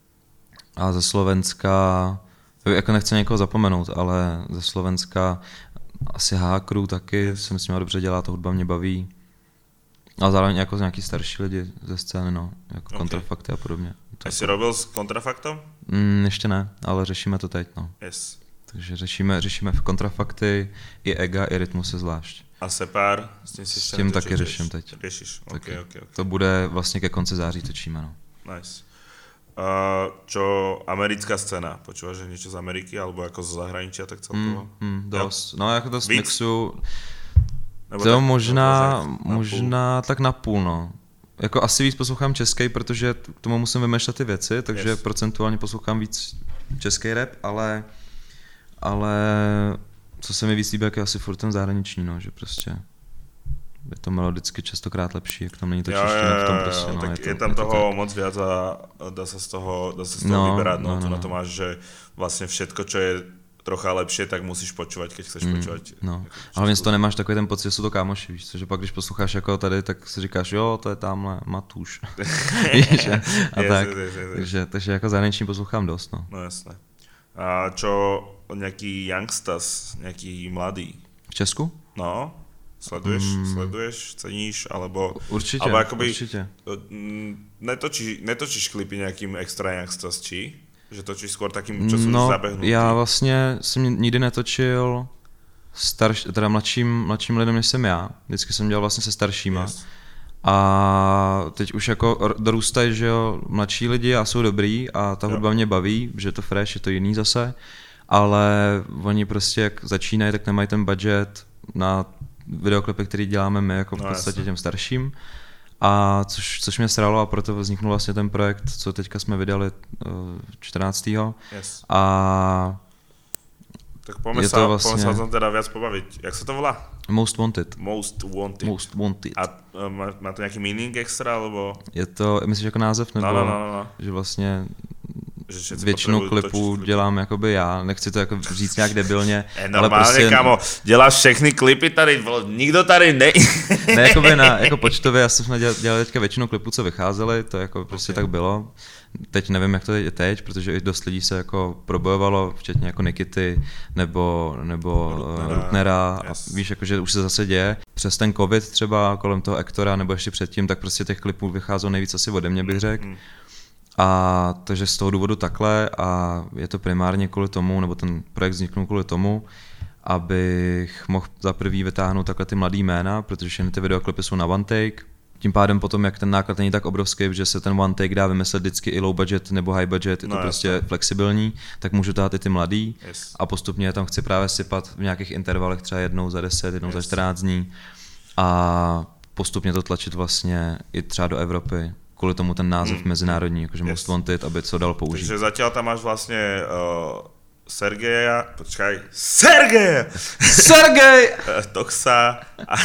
a ze Slovenska, jako nechci někoho zapomenout, ale ze Slovenska asi Hákru taky, yes. jsem s nima dobře dělal, to hudba mě baví. A zároveň jako nějaký starší lidi ze scény, no, jako okay. Kontrafakty a podobně. A jsi robil s Kontrafaktom? Mm, ještě ne, ale řešíme to teď, no. Yes. Takže řešíme, řešíme v Kontrafakty, i Ega, i Rytmusy zvlášť. A Separ? S tím, s tím taky řeším teď. Řešíš, okay, okay, okay. To bude vlastně ke konci září točíme, no. Nice. Uh, čo americká scéna? Počúvaš niečo z Ameriky, alebo jako z zahraničia, tak celkovo? Mm, mm, dost, no jako to z Víc? Mixu... Nebo to tak, možná, tak možná tak napůl, no. Jako asi víc poslouchám český, protože k tomu musím vymýšlet ty věci, takže yes. procentuálně poslouchám víc český rap, ale, ale co se mi víc líbí, jak je asi furt ten zahraniční, no, že prostě je to melodicky častokrát lepší, jak tam není to čeština v tom prostě, no. Tak je, to, je tam je toho to moc viac a dá sa z toho, dá sa z toho no, vyberať, no, no, no, to no. na to máš, že vlastne všetko, čo je trocha lepšie, tak musíš počúvať, keď chceš mm, počúvať. No. A hlavně z toho nemáš takový ten pocit, že jsou to kámoši, víš co, že pak když posloucháš jako tady, tak si říkáš, jo, to je tamhle Matúš. Víš, a, a yes, tak, yes, yes, yes. Takže, takže jako zahraniční poslouchám dost, no. No jasné. A čo nějaký youngsters, nějaký mladý? V Česku? No, sleduješ, mm. sleduješ, ceníš, alebo... Určitě, alebo akoby, určitě. Netočíš, netočíš klipy nějakým extra youngsters, či? Že točíš skôr takým, čo sú no, zabehnutí? Já vlastně jsem nikdy netočil starš, teda mladším, mladším lidem, než jsem já. Vždycky jsem dělal vlastně se staršíma. Yes. A teď už jako dorůstají, že jo, mladší lidi a jsou dobrý a ta hudba mě baví, že je to fresh, je to jiný zase, ale oni prostě jak začínají, tak nemají ten budget na videoklipy, který děláme my jako v no, podstatě jasný. Těm starším. A což, což mě sralo a proto vzniknul vlastně ten projekt, co teďka jsme vydali čtrnáctého Yes. A tak poďme sa, vlastně... sa o tom teda viac pobaviť. Jak sa to volá? Most Wanted. Most Wanted. Most Wanted. A uh, má, má to nějaký meaning extra, alebo? Je to, myslíš jako název, nebo no, no, no, no. že vlastně že většinu klipů dělám jakoby já, nechci to jako říct nějak debilně. E, normálně, ale prostě... kámo, děláš všechny klipy tady, nikdo tady ne... ne, jakoby na, jako počtově, já jsem dělal, dělal teďka většinu klipů, co vycházely, to jako prostě okay. tak bylo. Teď nevím, jak to je teď, protože i dost lidí se jako probojovalo, včetně jako Nikity nebo, nebo Rutnera, Rutnera yes. a víš, jako, že už se zase děje. Přes ten covid třeba kolem toho Ektora nebo ještě předtím, tak prostě těch klipů vycházelo nejvíc asi ode mě, bych řekl. Mm. A takže z toho důvodu takhle a je to primárně kvůli tomu, nebo ten projekt vzniknul kvůli tomu, abych mohl za prvý vytáhnout takhle ty mladý jména, protože všechny ty videoklipy jsou na one take. Tím pádem potom, jak ten náklad není tak obrovský, že se ten one take dá vymyslet vždycky i low budget nebo high budget, je to no, prostě jasný. Flexibilní, tak můžu táhat i ty mladý yes. a postupně tam chci právě sypat v nějakých intervalech třeba jednou za deset, jednou yes. za čtrnáct dní. a postupně to tlačit vlastně i třeba do Evropy. Kvůli tomu ten název mm. mezinárodní, jakože yes. Most Wanted, aby co dal použít. Takže zatiaľ tam máš vlastně uh, Sergeja, počkaj, Sergej! Sergej! Toxa,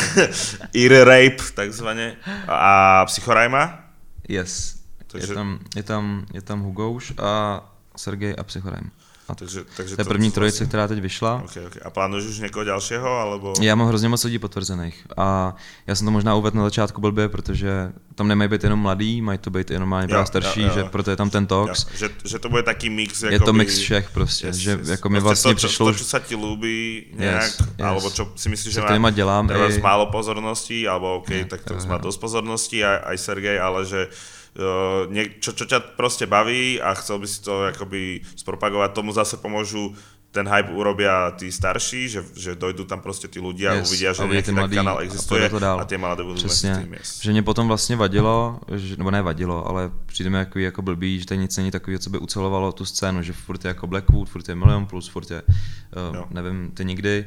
Ear Rape, takzvaně, a Psychorajma? Yes, takže... je, tam, je, tam, je tam Hugouš a Sergej a Psychorajma. A takže, takže to je první trojice, vlastně... která teď vyšla. Okay, okay. A plánuješ už někoho dalšího? Alebo... Já mám hrozně moc lidí potvrzených. A já jsem to možná uvedl na začátku blbě, protože tam nemají být jenom mladý, mají to být i normálně právě starší, jo, jo, jo. že proto je tam ten Tox. Že, že to bude taký mix. Je to mix všech prostě. Yes, že yes. jako mi vlastně to, přišlo... To, čo sa ti ľúbí nejak, yes, yes. alebo čo si myslíš, že má dělám, treba i... málo pozorností, alebo OK, ne, tak to má dosť pozorností, aj, aj Sergej, ale že Uh, nie, čo, čo ťa proste baví a chcel by si to akoby spropagovať, tomu zase pomôžu, ten hype urobia tí starší, že, že dojdú tam proste tí ľudia a yes, uvidia, že nejaký tak kanál existuje a, a tie mladé budú mezi tým. Yes. Že mě potom vlastně vadilo, že, nebo ne vadilo, ale přijde mi jako, jako blbý, že tady nic není takový, co by ucelovalo tu scénu, že furt je jako Blackwood, furt je Milion Plus, furt je, uh, nevím, ty nikdy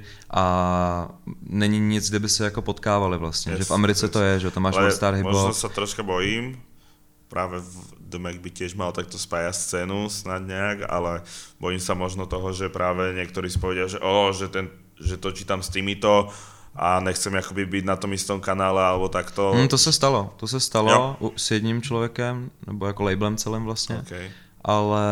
a není nic, kde by se jako potkávali vlastně, yes, že v Americe yes. to je, že tam máš All Star Hip-Hop. Možno sa troška bojím, práve v The Mac by tiež mal takto spájať scénu snad nejak, ale bojím sa možno toho, že práve niektorí si povedia, že, oh, že, ten, že točí tam s týmito a nechcem jakoby byť na tom istom kanále alebo takto. Mm, to se stalo, to se stalo jo. s jedním člověkem, nebo jako labelem celým vlastně, okay. ale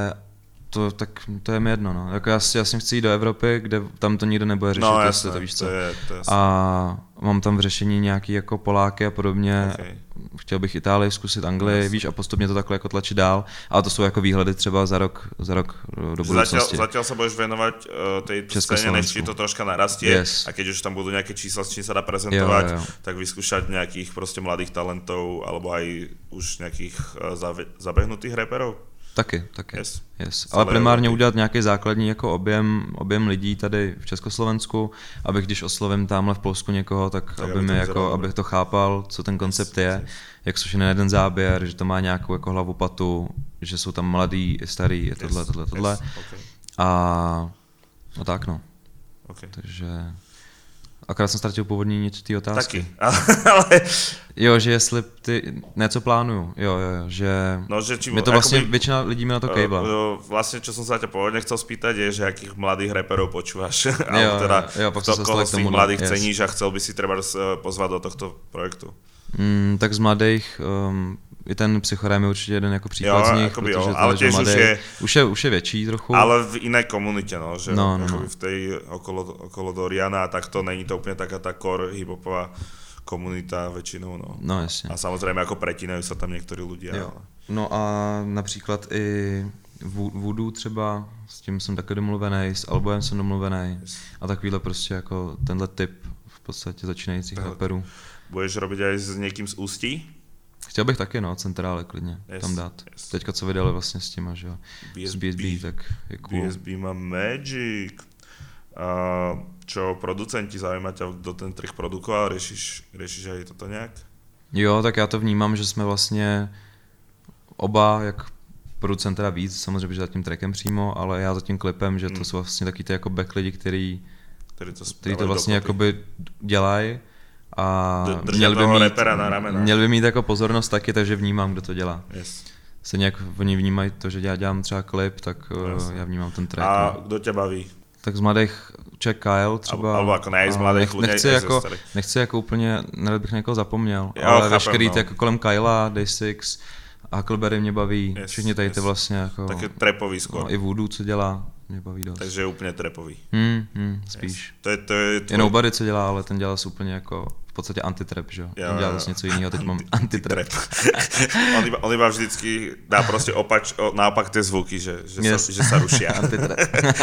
to, tak, to je mi jedno, no. Jako já, já si chci jít do Evropy, kde tam to nikdo nebude řešit, no, jasně, to víš co. To je, to je a mám tam v řešení nějaký jako Poláky a podobně. Okay. Chtěl bych Itálii zkusit, Anglii, yes. víš, a postupně to takhle jako tlačit dál. Ale to jsou jako výhledy třeba za rok, za rok do budoucnosti. Zatiaľ, zatiaľ sa budeš venovať uh, tej scéne, než ti to troška narastie. Yes. A keď už tam budú nejaké čísla, s čím sa dá prezentovať, jo, jo, jo. tak vyskúšať nejakých proste mladých talentov alebo aj už nejakých uh, zave, zabehnutých reperov. Taky, taky. Yes. Yes. Ale primárně udělat nějaký základní jako objem, objem lidí tady v Československu, abych když oslovím tamhle v Polsku někoho, tak, tak aby mi jako, abych to chápal, co ten koncept yes. je, yes. jak jsou na jeden záběr, že to má nějakou jako hlavu patu, že jsou tam mladý, starý, je tohle, yes. tohle, tohle. Yes. Okay. A, a tak no. Okay. Takže... Akorát jsem ztratil původní něco té otázky. Taky, ale... Jo, že jestli ty, něco plánuju, jo, jo, jo, že... No, že či... Mě to vlastně, akoby, většina lidí mi na to kejvla. Uh, vlastne, čo som sa ťa pôvodne chcel spýtať, je, že akých mladých reperov počúvaš. Alebo teda, jo, jo, pak to, koho z tých mladých yes. ceníš a chcel by si treba pozvať do tohto projektu. Mm, tak z mladých... Um, i ten Psychorajm je určitě jeden jako příklad jo, z nich, protože jo, ale těž už je, už je už je větší trochu. Ale v jiné komunitě, no, že no, no, v tej okolo, okolo Doriana, tak to není to úplně taká ta core hiphopová komunita většinou, no. No jasně. A samozřejmě jako pretínají se tam některý lidi. Ale... No a například i Voodoo třeba, s tím jsem taky domluvený, s Albojem jsem domluvený yes. a takovýhle prostě jako tenhle typ v podstatě začínajících raperů. Budeš robiť aj s někým z Ústí? Chtěl bych taky, no, centrále klidně yes, tam dát. Yes. Teďka co vydali vlastně s těma, že jo, s B S B, tak je cool. B S B má Magic. A čo producenti, zaujíma ťa, kdo ten track produkoval, řešíš, řešíš aj toto nějak? Jo, tak já to vnímám, že jsme vlastně oba, jak producent teda víc, samozřejmě, že za tím trackem přímo, ale já za tím klipem, že to hmm. jsou vlastně taky ty jako back lidi, který, který to, který to vlastně jakoby dělají. A měl by, mít, měl by mít jako pozornost taky, takže vnímám, kdo to dělá. Yes. Stejně jak oni vnímají to, že já dělám třeba klip, tak yes. já vnímám ten track. A kdo tě baví? Tak z mladých Czech Kyle třeba. Alebo jako nej z mladých lidí. Nechci, jako, nechci jako úplně, nerad bych někoho zapomněl, jo, ale chápem, veškerý no. jako kolem Kyla, Day six, Huckleberry mě baví, yes, všichni tady yes. ty vlastně jako... Taky trapový skoro. No, i Voodoo, co dělá, mě baví dost. Takže je úplně trapový. Hmm, hmm, spíš. Yes. To je, to je, tvoj... je Nobody, co dělá, ale ten dělá se úplně jako v podstatě antitrap, že jo? Ten dělá zase něco jiného, teď mám antitrap. on, iba, on iba vždycky dá prostě opač, o, naopak ty zvuky, že, že, yes. sa, že sa rušia. Antitrap.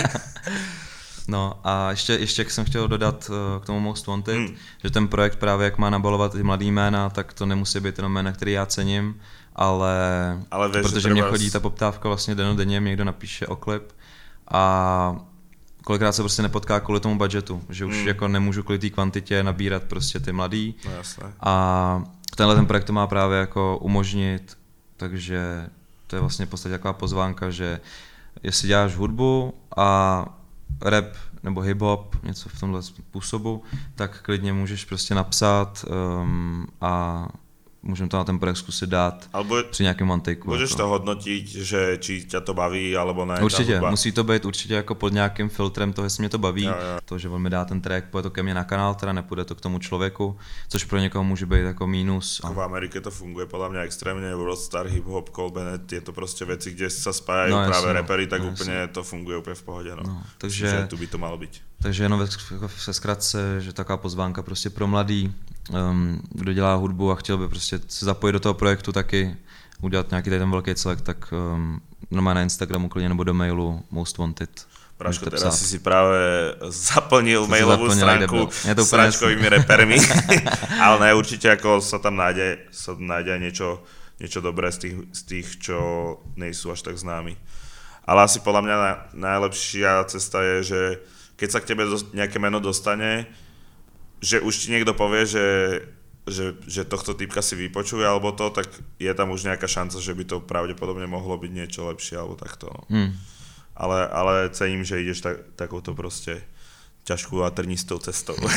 No a ještě, ještě jsem chtěl dodat uh, k tomu Most Wanted, hmm. že ten projekt právě jak má nabalovat i mladý jména, tak to nemusí být jenom jména, který já cením, ale, ale víš, protože mě chodí ta poptávka vlastně denodenně, mě někdo napíše o klip a kolikrát se prostě nepotká kvůli tomu budgetu, že už hmm. jako nemůžu kvůli té kvantitě nabírat prostě ty mladý. No, jasné. A tenhle ten projekt to má právě jako umožnit, takže to je vlastně v podstatě taková pozvánka, že jestli děláš hudbu a rap nebo hip-hop, něco v tomhle způsobu, tak klidně můžeš prostě napsat um, a můžeme to na ten projekt zkusit dát Albo při nějakém one takeu. Můžeš jako to hodnotit, že či tě to baví, alebo ne. Určitě, musí to být určitě jako pod nějakým filtrem toho, jestli mě to baví, jo, jo. To, že on mi dá ten track, půjde to ke mně na kanál, teda nepůjde to k tomu člověku, což pro někoho může být jako mínus. A v Amerike to funguje podle mě extrémně, Worldstar, hip-hop, Cole Bennett, je to prostě věci, kde se spájají no, právě rapery, tak no, úplně jasný. To funguje úplně v pohodě. No. No, takže, Myslím, že tu by to malo být. Takže jenom ve, ve zkratce, že taková pozvánka prostě pro mladý, um, kdo dělá hudbu a chtěl by prostě se zapojit do toho projektu taky, udělat nějaký ten velký celek, tak um, normálně na Instagramu klidně nebo do mailu Most Wanted. Praško, teraz si si právě zaplnil to mailovou stránku s sračkovými repermi, ale ne, určitě jako sa tam nájde, sa nájde niečo, niečo dobré z tých, z tých, čo nejsú až tak známi. Ale asi podľa mňa najlepšia cesta je, že keď sa k tebe nejaké meno dostane, že už ti niekto povie, že, že, že tohto typka si vypočuje alebo to, tak je tam už nejaká šanca, že by to pravdepodobne mohlo byť niečo lepšie alebo takto. Hmm. Ale, ale cením, že ideš tak, takouto prostě ťažkou a trnistou cestou. uh,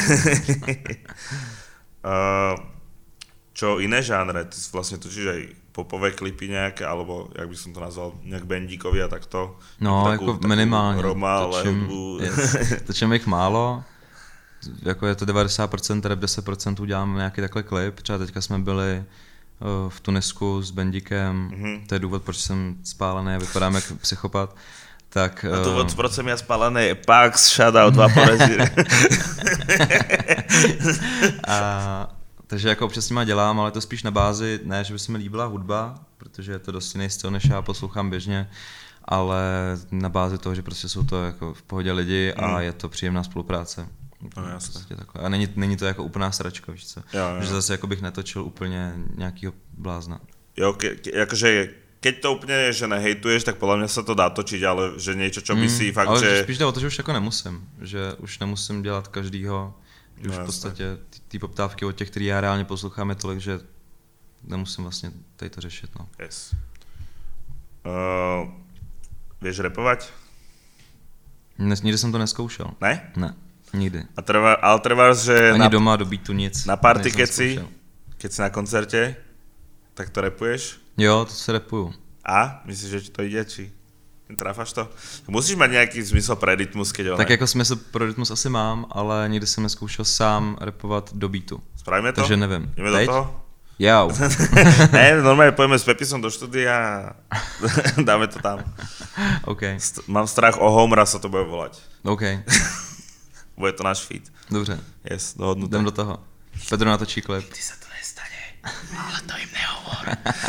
čo iné žánre? Ty vlastne točíš aj popové klipy nejaké, alebo jak by som to nazval, nejak bandíkovi a takto? No, takú, jako takú minimálně. Roma, točím, točím jich málo. Jako je to devadesát procent, rap deset procent uděláme nějaký takhle klip. Třeba teďka jsme byli uh, v Tunisku s bandíkem. Mm-hmm. To je důvod, proč jsem spálený a vypadám jak psychopat. Tak, a to uh... proč jsem já spálený je Pax, shoutout, dva porezíry. a, takže jako občas s nima dělám, ale to spíš na bázi, ne, že by se mi líbila hudba, protože je to dost jiný styl, než já poslouchám běžně, ale na bázi toho, že prostě jsou to jako v pohodě lidi a mm. je to příjemná spolupráce. No, jasně. Prostě a není, není to jako úplná sračka, víš co? Jo, jo. Že zase jako bych netočil úplně nějakýho blázna. Jo, ke, ke, jakože keď to úplně, že nehejtuješ, tak podle mě se to dá točit, ale že něco, čo by si mm, fakt, ale že... Ale spíš jde o to, že už jako nemusím, že už nemusím dělat každýho, že no, už v podstatě ty poptávky od těch, který já reálně poslouchám, je tolik, že nemusím vlastně tady to řešit, no. Yes. Uh, vieš rapovat? Ne, nikdy jsem to neskoušel. Ne? Ne, nikdy. A trvá, ale trváš, že... Ani na, doma do beatu nic. Na party, keď si, keď si na koncerte, tak to rapuješ? Jo, to se rapuju. A? Myslíš, že to jde, či trafáš to? Musíš mít nějaký smysl pro rytmus, keď Tak jako smysl pro rytmus asi mám, ale nikdy jsem neskoušel sám rapovat do beatu. Spravíme to? Takže nevím. Jdeme do toho? Jo. Ne, normálně pojďme s Pepisom do studia a dáme to tam. OK. St- mám strach o Homera, se to bude volat. OK. Bude to náš feed. Dobře. Yes, dohodnuté. Jdem do toho. Pedro natočí klip. Ty se to nestane, ale to jim nehovor.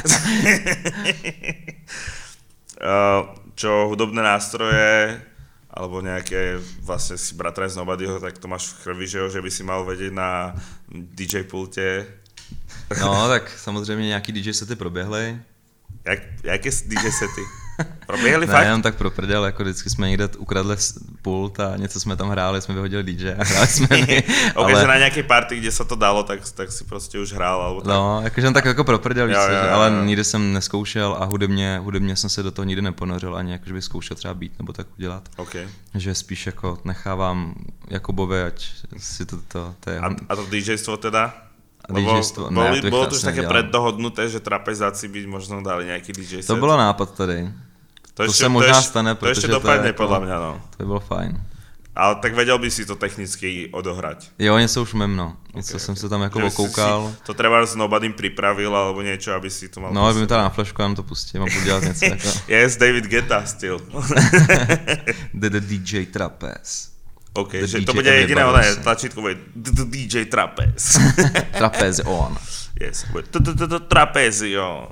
uh, čo hudobné nástroje, alebo nějaké, vlastně si bratraj z Nobodyho, tak to máš v krvi, že, jo, že by si mal vědět na dý džej pultě. No, tak samozřejmě nějaký dý džej sety proběhly. Jak, jaké dý džej sety? Proběhly ne, fakt? Jenom tak pro prdel, jako vždycky jsme někde ukradli pult a něco jsme tam hráli, jsme vyhodili dý džej a hráli jsme my. Ok, ale... že na nějaké party, kde se to dalo, tak, tak si prostě už hrál, alebo tak. No, jakože tak jako pro prdel, víš, jo, jo, jo, jo. Ale nikdy jsem neskoušel a hudebně, hudebně jsem se do toho nikdy neponořil, ani jakože bych zkoušel třeba beat nebo tak udělat. Okay. Že spíš jako nechávám Jakubovi, ať si to, to, to je... A, a to DJstvo teda? Lebo bolo, ne, bolo to už také preddohodnuté, že trapezáci by možno dali nejaký dý džej set. To bylo nápad tady. To, to ještě, se možná to ještě, stane, protože to ještě dopadne, to podle mě, no. To by bylo fajn. Ale tak věděl by si to technicky odohrať. Jo, něco už mém, no. Něco okay, jsem okay. se tam jako že okoukal. To třeba s Nobodym připravil, alebo něco, aby si to mal... No, aby mi teda na flašku, já to pustím a budu dělat něco jako... Yes, David Guetta styl. The, the dý džej Trapez. OK, the že D J to bude jediné oné tlačítko, bude dý džej Trapez. Trapez on. Yes, bude Trapezi on.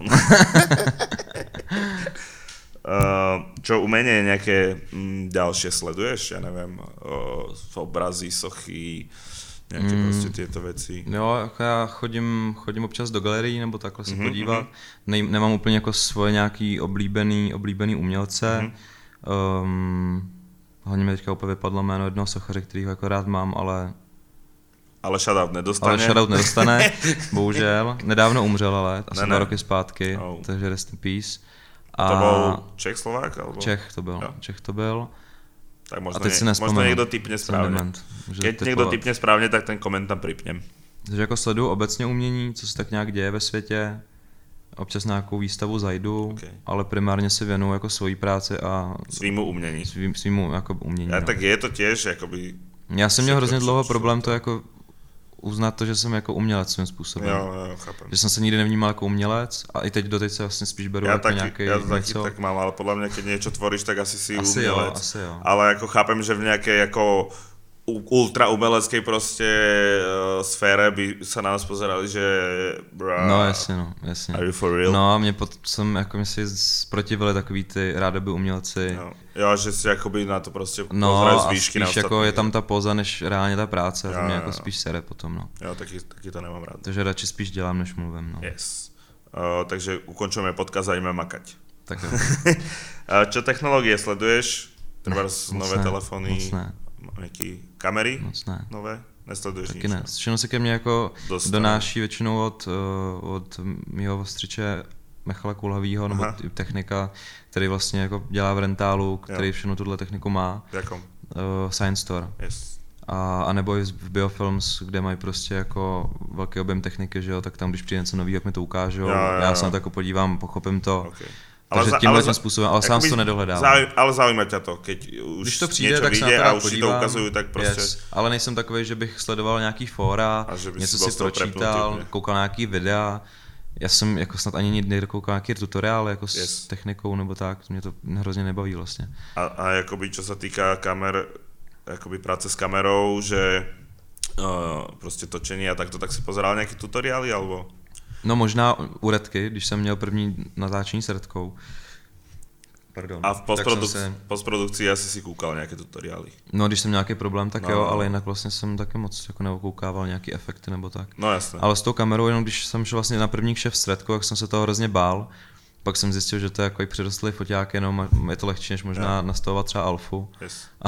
Uh, čo umenie nejaké mm, ďalšie sleduješ? Ja neviem, uh, obrazy, sochy, nějaké mm, prostě tyto věci. Jo, jako já chodím, chodím občas do galerií nebo takhle se mm-hmm, podívat. Ne, nemám úplně jako svoje nějaký oblíbený, oblíbený umělce. Mm-hmm. Um, hlavně mi teďka úplně vypadlo jméno jednoho sochaře, kterýho jako rád mám, ale... Ale shoutout nedostane. Ale shoutout nedostane, bohužel. Nedávno umřel, ale asi ne, dva ne. roky zpátky, oh. takže rest in peace. A to byl Čech, Slovák? Alebo... Čech to byl, jo. Čech to byl. Tak možno, nie, možno niekto typne správne. Moment, Keď typovat. Někdo typne správně, tak ten koment tam pripnem. Takže jako sleduju obecně umění, co se tak nějak děje ve světě. Občas na nějakou výstavu zajdu, okay. ale primárně se věnuju jako svojí práci a svýmu umění. Svým, svýmu jako umění. Ja, no. Tak je to těž jakoby... Já jsem měl hrozně dlouho problém to jako uznat to, že jsem jako umělec svým způsobem. Jo, jo, chápem. Že jsem se nikdy nevnímal jako umělec a i teď doteď se vlastně spíš beru ja jako taky, nějaký ja taky něco. tak mám, ale podle mě, keď něco tvoríš, tak asi si asi umělec. Jo, asi jo. Ale jako chápem, že v nějaké jako ultra umeleckej prostě uh, sfére by se na nás pozerali, že bra, no jasně, no, jasně. Are you for real? No a mě pot, jsem jako mi si protivili takový ty rádoby umělci. No. Jo, že si jakoby na to prostě no, z výšky. No spíš jako je tam ta poza, než reálně ta práce, jo, to mě jo, jako spíš sere potom, no. Jo, taky, taky to nemám rád. Takže radši spíš dělám, než mluvím, no. Yes. Uh, takže ukončujeme podcast a jdeme makať. Tak jo. Čo technologie sleduješ? Třeba nové ne, telefony? Moc ne. Jaký kamery? Moc ne. Nové? Nesleduješ taky nic? ne. Všechno se ke mně jako Dostane. donáší většinou od, od mýho ostřiče Michala Kulhavýho, nebo technika, který vlastně jako dělá v rentálu, který jo. všechno tuhle techniku má. V jakom? Uh, Science Store. Yes. A, a nebo i v Biofilms, kde mají prostě jako velký objem techniky, že jo, tak tam když přijde něco nového, jak mi to ukážou, jo, jo, jo. Já se na to jako podívám, pochopím to. Okay. Takže tímhle tím způsobem, ale sám to nedohledávám. Záuj, ale zaujíma tě to, keď už když to přijde, něco tak vyjde a už si to ukazují, tak prostě... Yes. Ale nejsem takový, že bych sledoval nějaký fóra, něco si pročítal, koukal na nějaký videa. Já jsem jako snad ani nikdy nedokoukal nějaký tutoriál jako yes. s technikou nebo tak, mě to hrozně nebaví vlastně. A, a jakoby, čo se týká kamer, jakoby práce s kamerou, že uh, prostě točení a takto, tak si pozeral nějaký tutoriály, alebo... No možná u Redky, když jsem měl první natáčení s Redkou. Pardon. A v postproduc- se... postprodukci asi si koukal nějaké tutoriály. No když jsem nějaký problém, tak no, jo, ale jinak vlastně jsem taky moc jako neokoukával nějaký efekty nebo tak. No jasně. Ale s tou kamerou, jenom když jsem šel vlastně na první kšeft s Redkou, tak jsem se toho hrozně bál. Pak jsem zjistil, že to je jako i přirostlý foťák, jenom je to lehčí, než možná yeah. nastavovat třeba alfu. Yes. A,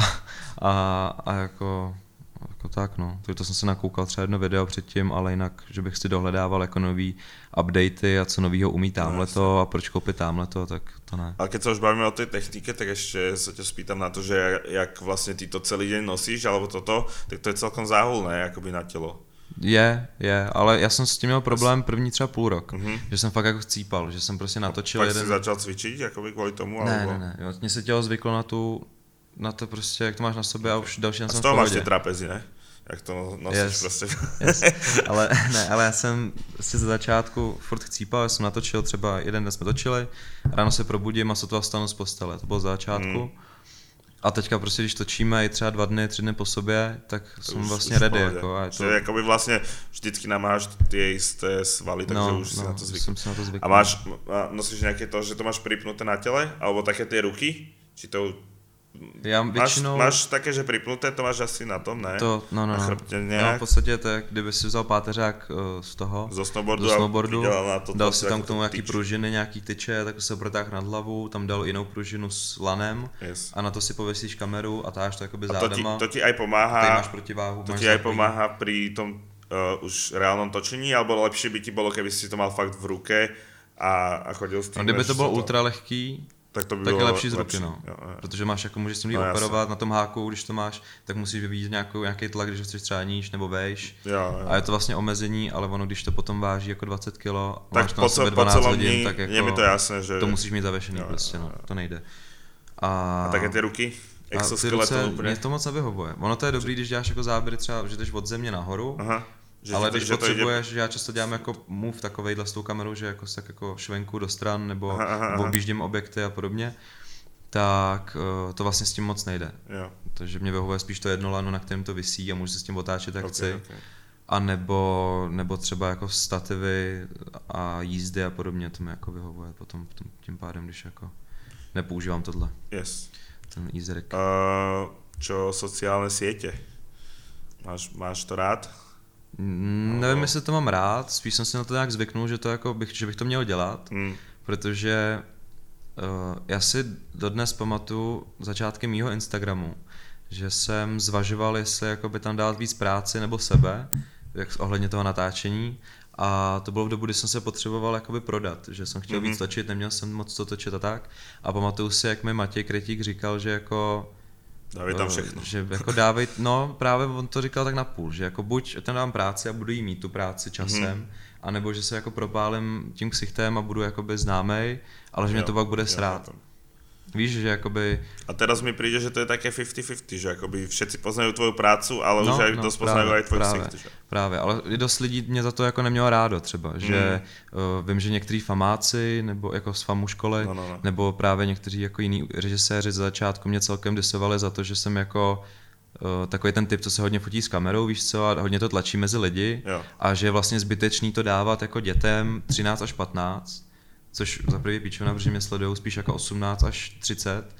a, a jako... Jako tak no, to jsem se nakoukal třeba jedno video předtím, ale jinak, že bych si dohledával jako nový updaty a co novýho umí támhleto a proč koupit támhleto, tak to ne. A keď se už bavíme o té technike, tak ještě se tě spýtam na to, že jak vlastně ty to celý den nosíš, alebo toto, tak to je celkom záhulné, jakoby na tělo. Je, je, ale já jsem s tím měl problém první třeba půl rok, mm-hmm. že jsem fakt jako chcípal, že jsem prostě natočil a pak jeden... jsi začal cvičit, jakoby kvůli tomu? Ne, alebo... ne, ne, jo, mně se tělo zvyklo na tu, na to prostě, jak to máš na sobě a už další den a jsem v pohodě. A z toho máš ty trapezi, ne? Jak to nosíš yes. prostě. Yes. ale, ne, ale já jsem prostě ze začátku furt chcípal, já jsem natočil třeba, jeden den jsme točili, ráno se probudím a sotva vstanu z postele, to bylo z začátku. Hmm. A teďka prostě, když točíme i třeba dva dny, tři dny po sobě, tak to jsem už, vlastně už ready. Jako, a je to... jakoby vlastně vždycky namáš ty jisté svaly, takže no, už si no, na to zvykl. Na to a máš, nosíš nějaké to, že to máš pripnuté na těle, alebo také ty ruky? Či to... Já většinou... Máš, máš také, že pripnuté, to máš asi na tom, ne? To, no, no, no. no, v podstatě to je, kdyby si vzal páteřák uh, z toho, zo snowboardu, zo snowboardu na to, dal si tam k tomu nějaký pružiny, nějaký tyče, tak se protáhl nad hlavu, tam dal jinou pružinu s lanem yes. a na to si pověsíš kameru a táháš to jakoby a zádama. To ti, to ti aj pomáhá, tady máš protiváhu, to máš ti aj pomáhá pri tom uh, už reálnom točení, alebo lepšie by ti bylo, keby si to mal fakt v ruke a, a chodil s tím. No, kdyby to bylo to... ultra lehký, tak, to by tak bylo je lepší z ruky, lepší. no. Jo, jo. Protože máš jako, můžeš s tím no, operovat na tom háku, když to máš, tak musíš vyvíjet nějakou, nějaký tlak, když ho chceš třeba níž nebo vejš. Jo, jo. A je to vlastně omezení, ale ono, když to potom váží jako dvacet kilo a tak máš tam sebe dvanáct hodin, tak jako je mi to jasné, že... to musíš mít zavěšený jo, prostě, no, to nejde. A, a také ty ruky? Exoskeleton úplně? Mě to moc nevyhovuje. Ono to je dobrý, když děláš jako záběry třeba, že jdeš od země nahoru, aha. Že ale to, když že potřebuješ, jde... že já často dělám jako move takovejhle s tou kamerou, že jako tak jako švenku do stran nebo, aha, aha, nebo objíždím objekty a podobně, tak uh, to vlastně s tím moc nejde. Jo. Takže mě vyhovuje spíš to jedno lano, na kterém to visí a můžu se s tím otáčet jak okay, chci. Okay. A nebo, nebo třeba jako stativy a jízdy a podobně, to mi jako vyhovuje potom tím pádem, když jako nepoužívám tohle. Yes. Ten easyrik. Uh, čo sociální sítě? Máš, máš to rád? Mm, nevím, jestli to mám rád, spíš jsem si na to nějak zvyknul, že, to jako bych, že bych to měl dělat, mm. protože uh, já si dodnes pamatuju začátky mýho Instagramu, že jsem zvažoval, jestli jakoby tam dát víc práci nebo sebe, jak ohledně toho natáčení, a to bylo v dobu, kdy jsem se potřeboval jakoby prodat, že jsem chtěl mm-hmm. víc točit, neměl jsem moc to točit a tak, a pamatuju si, jak mi Matěj Kretík říkal, že jako Dávej tam všechno. Že jako dávej, no právě on to říkal tak napůl, že jako buď ten dám práci a budu jí mít tu práci časem, mm. anebo že se jako propálím tím ksichtem a budu jakoby známej, ale že jo, mě to pak bude srát. Víš, že jakoby... A teraz mi príde, že to je také päťdesiat päťdesát, že akoby všetci poznajú tvoju prácu, ale no, už aj no, dosť poznajú aj tvoj právě, ksicht. Že? Právě, ale dost lidí mě za to jako nemělo rádo třeba, že mm. uh, vím, že některý famáci, nebo jako z famu školy, no, no, no. nebo právě někteří jako jiní režiséři za začátku mě celkem disovali za to, že jsem jako uh, takový ten typ, co se hodně fotí s kamerou, víš co, a hodně to tlačí mezi lidi jo. a že je vlastně zbytečný to dávat jako dětem třináct až patnáct, což za první píčovna, protože mě sledujou spíš jako osmnáct až třicet.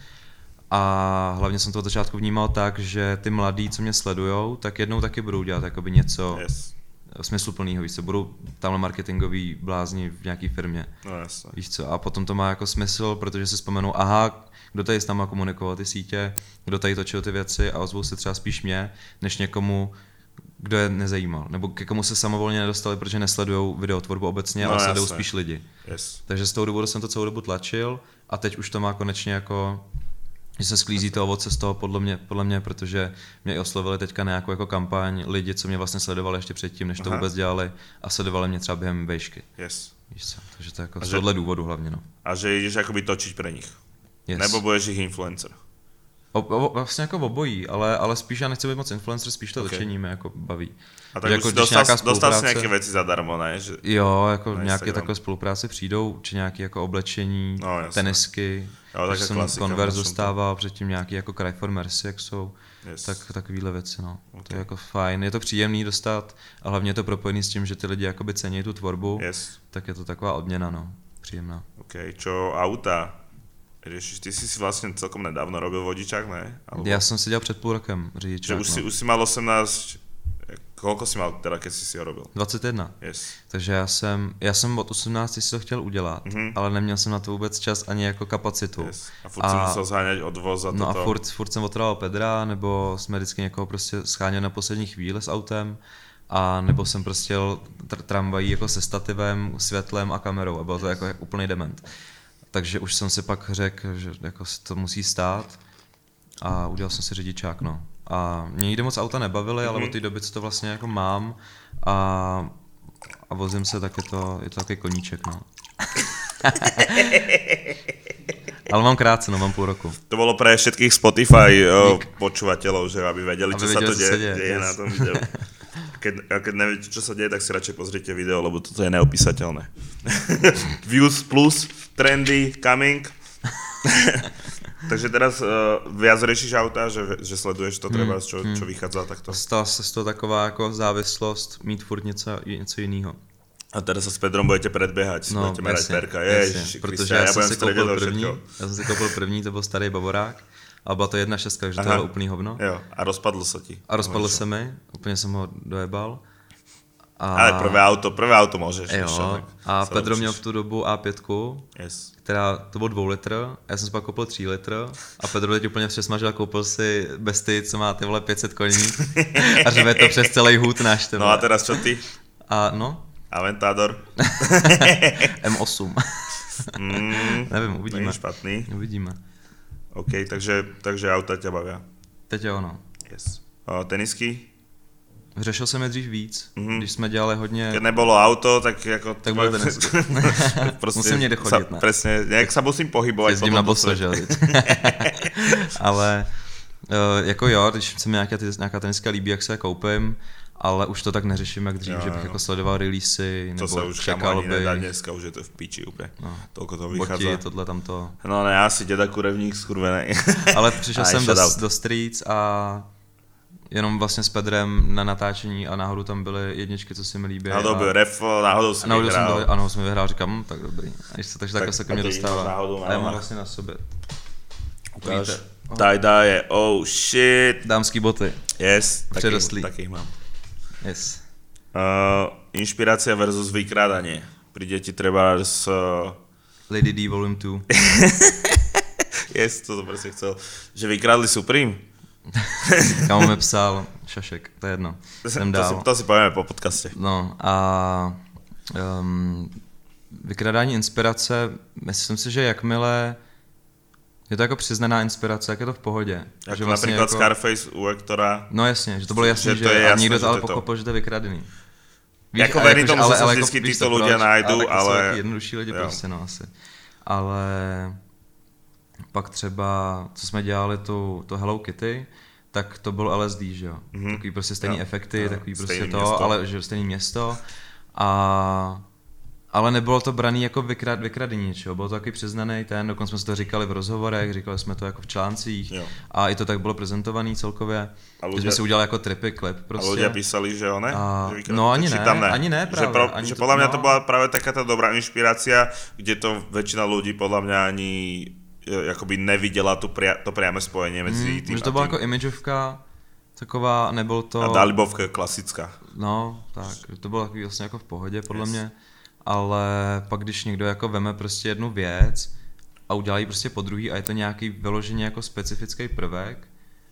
A hlavně jsem to od začátku vnímal tak, že ty mladí, co mě sledujou, tak jednou taky budou dělat jakoby něco yes. smysluplného, víš co, budou tamhle marketingový blázni v nějaký firmě, no, yes. víš co, a potom to má jako smysl, protože si vzpomenou, aha, kdo tady s náma komunikoval ty sítě, kdo tady točil ty věci a ozvou se třeba spíš mě, než někomu, kdo je nezajímal, nebo ke komu se samovolně nedostali, protože nesledujou videotvorbu obecně, no, ale sledují spíš lidi. Yes. Takže z toho důvodu jsem to celou dobu tlačil a teď už to má konečně jako, že se sklízí to ovoce z toho podle mě, podle mě, protože mě i oslovili teďka nějakou jako kampaň lidi, co mě vlastně sledovali ještě předtím, než to Aha. vůbec dělali a sledovali mě třeba během vejšky. Yes. Víš co, takže to je jako z tohohle důvodu hlavně, no. A že jdeš jakoby točiť pre nich. Yes. Nebo budeš ich influencer. O, o, vlastně jako obojí, ale, ale spíš já nechci být moc influencer, spíš to okay. točení mě jako baví. A tak jako, dostal, dostal si nějaké věci zadarmo, ne? Že... Jo, jako nějaké takové spolupráce přijdou, či nějaké jako oblečení, no, tenisky, jo, jsem Converse dostával, předtím nějaký jako Cry for Mercy, jak jsou, yes. tak takovýhle věci, no. Okay. To je jako fajn, je to příjemný dostat a hlavně je to propojený s tím, že ty lidi jakoby cení tu tvorbu, yes. tak je to taková odměna, no, příjemná. OK, čo auta? Riešiš, ty si si vlastne celkom nedávno robil vodičák, ne? Alebo... Já jsem si dělal před půl rokem řidičák. Už, no. si, už si mal osmnáct, koľko si mal teda, keď si si ho robil? dvacet jedna. Yes. Takže já jsem, já jsem od osmnácti si to chtěl udělat, mm-hmm. ale neměl jsem na to vůbec čas ani jako kapacitu. Yes. A furt a, si musel zháňať odvoz a toto. No a furt, furt jsem otrval Pedra, nebo jsme vždycky někoho prostě scháněli na poslední chvíli s autem, a nebo jsem prostě jel tr- tramvají jako se stativem, světlem a kamerou a bylo to jako úplný dement. Takže už jsem si pak řekl, že jako to musí stát a udělal jsem si řidičák, no. A mě nikdy moc auta nebavily, mm-hmm. ale od té doby, co to vlastně jako mám a, a vozím se, tak je to, je to takový koníček, no. Ale mám krátce, no, mám půl roku. To bolo pre všetkých Spotify o, počúvateľov, že aby vedeli, čo aby sa vedeli, to deje, deje, deje na tom videu. Keď, keď neviete, čo sa deje, tak si radšej pozrite video, lebo toto je neopísateľné. Views plus, trendy, coming. Takže teraz uh, viac riešiš auta, že, že sleduješ to treba, hmm, čo, hmm. čo vychádza takto. Stala se z toho taková jako závislost, mít furt něco, něco jiného. A teraz sa s Pedrom budete predbiehať, si no, budete merať perka. Ježiši, protože já, já jsem si koupil první, já jsem si koupil první, to byl starý bavorák. A byla to jedna šestka, takže to bylo úplný hovno. Jo, a rozpadlo se ti. A rozpadlo se mi, úplně jsem ho dojebal. A... Ale prvé auto, prvé auto můžeš. Jo, ještě, a Pedro měl v tu dobu á pět, yes. která, to byl dvou litr, já jsem si pak koupil tři litr a Pedro teď úplně přesmažil a koupil si besty, co má ty vole pět set koní a řve to přes celý hůd náš. No a teraz čo ty? A no? Aventador. em osm. mm, Nevím, uvidíme. Není špatný. Uvidíme. OK, takže, takže auta tě baví. Teď jo, no. Yes. O, tenisky? Řešil jsem je dřív víc, mm-hmm. když jsme dělali hodně... Keď nebylo auto, tak jako... Tak byly tenisky. Prostě musím někde chodit, ne? Přesně, nějak se musím pohybovat. Jezdím na boso, že jo. Ale jako jo, když se mi nějaká, nějaká teniska líbí, jak se je koupím, ale už to tak neřeším jak dřív, jo, že bych jo. jako sledoval releasy, nebo to se už čekal bych. Nedá dneska, už je to v píči úplně. No. Tolko to vychádza. Boti, tohle, tamto. No ne, já si děda kurevník skurvenej. Ale přišel jsem do, do Streets a jenom vlastně s Pedrem na natáčení a náhodou tam byly jedničky, co si mi líbí. Náhodou byl refl, náhodou jsem náhodou vyhrál. Jsem to, ano, jsem vyhrál, říkám, hm, tak dobrý. Takže tak, tak se ke mně dostává. Náhodou, a já mám vlastně na sobě. Ukáž. Tie-dye je, oh shit. Dámský boty. Yes, předostlý. Takých mám. Yes. Uh, inšpirácia versus vykrádanie. Príde ti treba z... Uh... Lady D Volume two. Yes, to to presne chcel. Že vykrádli Supreme? Kámo mi psal Šašek, to je jedno. Jsem dál. To si, to si povieme po podcaste. No a um, vykrádání inspirace, myslím si, že jakmile Je to jako přiznaná inspirace, jak je to v pohodě. Jako že vlastně například jako... Scarface u Hectora. No jasně, že to bylo jasné, že, že, že a někdo to ale pochopil, že to je vykradený. Víš, jako verím tomu, že se vždycky jako, títo ľudia nájdou, ale... ale... To jsou jednodušší lidi jo. prostě, no asi. Ale pak třeba, co jsme dělali to, to Hello Kitty, tak to bylo L S D, že jo. Mm-hmm. Takový prostě stejný jo. efekty, jo. takový prostě stejný to, město. Ale že stejný město. A... Ale nebylo to braný jako vykrad, vykradení něčeho, bylo to takový přiznaný ten, dokonce jsme si to říkali v rozhovorech, říkali jsme to jako v článcích jo. a i to tak bylo prezentovaný celkově. A ľudia, jsme si udělali jako tripy, klip prostě. A ľudia písali, že jo, ne? A, že vykrad, no ani ne, ne, ani ne právě. Že, pro, ani že to, podľa mňa no. to bola práve taká tá dobrá inšpirácia, kde to väčšina ľudí podľa mňa ani jakoby neviděla tu pria, to priame spojenie medzi hmm, tým že to byla jako imageovka taková, nebyl to... A dalibovka klasická. No, tak, to bylo takový vlastně jako v pohodě podle yes. mě. Ale pak když někdo jako veme prostě jednu věc a udělá ji prostě po druhý a je to nějaký vyloženě jako specifický prvek,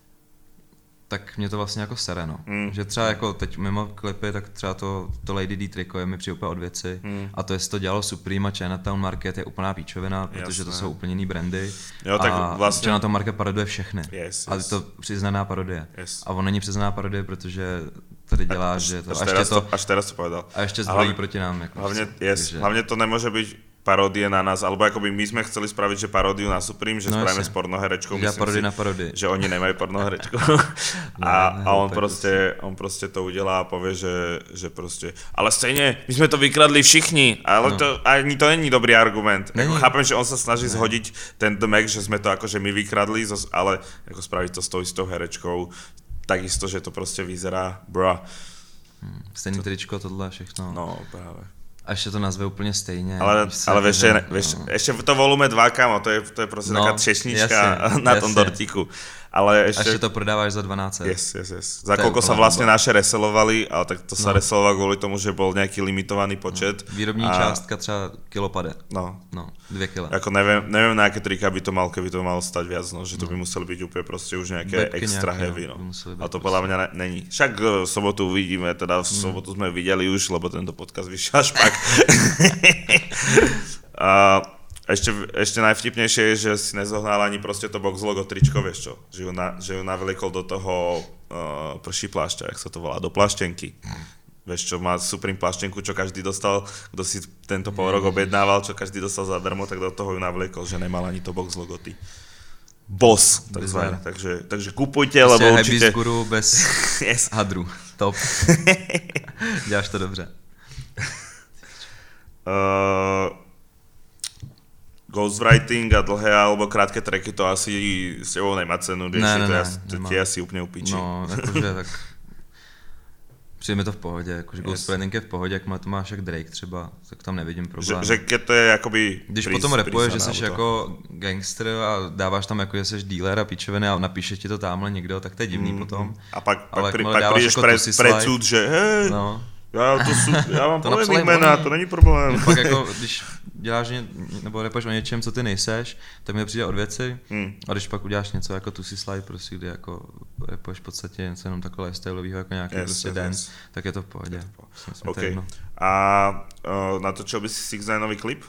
tak mě to vlastně jako sere, no. Mm. Že třeba jako teď mimo klipy, tak třeba to, to Lady D triko je mi přijde úplně od věci mm. a to jestli to dělalo Supreme a Chinatown Market je úplná píčovina, protože Jasné. to jsou úplně jiný brandy jo, tak a vlastně... Chinatown Market paroduje všechny yes, a yes. to přiznaná parodie yes. a on není přiznaná parodie, protože tady dělá, až, že to... Až, až, teraz, to, až teraz to povedal. A ještě zvolí proti nám. Jako hlavne, yes, takže... hlavne to nemôže byť paródie na nás, alebo akoby my sme chceli spraviť, že paródiu na Supreme, že no, spravíme s pornoherečkou, myslím parodii si, na parodii. že oni nemajú pornoherečku. a, ne, ne, a on, proste, on proste to udelá a povie, že, že proste, ale stejne, my sme to vykradli všichni, ale no. to, ani to není dobrý argument. Ako chápem, že on sa snaží ne. zhodiť ten dmek, že sme to akože my vykradli, ale ako spraviť to s tou istou herečkou, takisto, že to proste vyzerá, bro. Hmm, stejný to... tričko, tohle všechno. No, práve. A ještě to nazve úplně stejně. Ale, ale vieš, že, vieš, no. ešte to volume dva, kamo, to je, to je proste no, taká třešnička jasne, na tom jasne. dortíku. Ale ešte... A ešte to prodávaš za dvanásť. Yes, yes, yes. Za to koľko sa vlastne doba. naše reselovali, ale tak to sa no. reselovalo kvôli tomu, že bol nejaký limitovaný počet. No. Výrobní a... částka třeba kilo pade. No. No, dvě kila. Ako neviem, neviem na aké trika by to mal, keby to malo stať viac, no, že to no. by museli byť úplne proste už nejaké Bebky extra nejaké, heavy, no. A to podľa mňa ne, není. Však v sobotu uvidíme, teda v sobotu sme videli už, lebo tento podcast vyšiel až pak. a... Ešte, ešte najvtipnejšie je, že si nezohnal ani proste to box logo tričko, vieš čo, že ju, na, že ju navelikol do toho uh, prší plášťa, jak sa to volá, do pláštenky. Vieš čo, má Supreme pláštenku, čo každý dostal, kto si tento pol rok objednával, čo každý dostal zadarmo, tak do toho ju navelikol, že nemal ani to box logo ty. Boss, takzvané, takže, takže kupujte, prostě lebo určite... Prostě guru bez yes. hadru, top. Děláš to dobře. uh, ghostwriting a dlhé alebo krátke tracky to asi s tebou nemá cenu, ne, ne, to, ne, jas, to ti asi úplne upíči. No, jakože tak přijde mi to v pohodě, jakože ghostwriting je v pohodě, jak má to máš jak Drake třeba, tak tam nevidím problém. Že, že keď to je jakoby... Když prís, potom rapuješ, že jsi jako gangster a dáváš tam jako, že jsi dealer a píčoviny a napíše ti to tamhle někdo, tak to je divný mm, potom. A pak, pak, pri, pak prídeš jako pred, pred súd, že hej, no. Já, to sú, já mám polovník jména, to není problém. No, pak jako, když děláš ně, nebo repuješ o něčem, co ty nejseš, tak mi přijde od věci. Hmm. A když pak uděláš něco jako Tusi Slide, prostě, kdy jako repuješ v podstatě něco jenom takové lifestyleového, jako nějaký yes, prostě yes, dance, yes. tak je to v pohodě. Okay. A uh, natočil by si Six Nineový klip?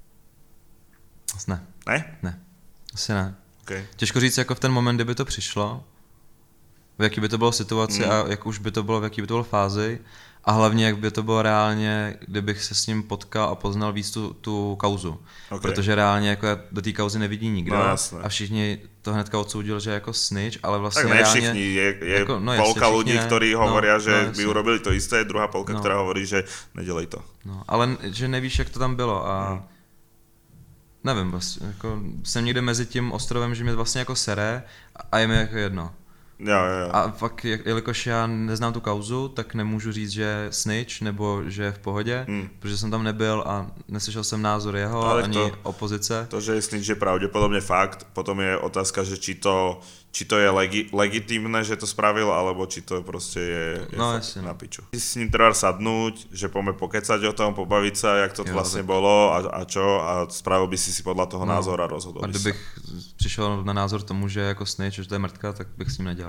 Ne. Ne? Ne. Asi ne. Okay. Těžko říct, jako v ten moment, kdyby to přišlo, v jaký by to bylo situaci hmm. a jak už by to bylo, v jaký by to bylo fázi. A hlavně, jak by to bylo reálně, kdybych se s ním potkal a poznal víc tu, tu kauzu. Okay. Protože reálně jako do té kauzy nevidí nikdo no, a všichni to hnedka odsoudil, že jako snitch, ale vlastně tak ne reálně... všichni, je, je jako, no, polka jasne, ľudí, ktorí hovoria, no, že no, by urobili to isté, druhá polka, no. ktorá hovorí, že nedělej to. No, ale že nevíš, jak to tam bylo a... Hmm. Nevím, vlastně, jako jsem někde mezi tím ostrovem, že mě vlastně jako sere a je mi jako jedno. Jo, jo, jo. A fakt, jelikož já neznám tu kauzu, tak nemůžu říct, že je snitch nebo že je v pohodě, hmm. protože jsem tam nebyl a neslyšel jsem názor jeho ale ani to, opozice. To, že je snitch, je pravděpodobně fakt, potom je otázka, že či to, či to je legi, legitímne, že to spravil, alebo či to prostě je, je no, fakt na piču. S ním treba sadnúť, že poďme pokecať o tom, pobaviť sa, jak to jo, vlastně tak... bolo a, a čo a spravil by si si podľa toho no. názor a rozhodol a kdybych sa. přišel na názor tomu, že jako snitch, že to je mrtka, tak bych s ním nedělal.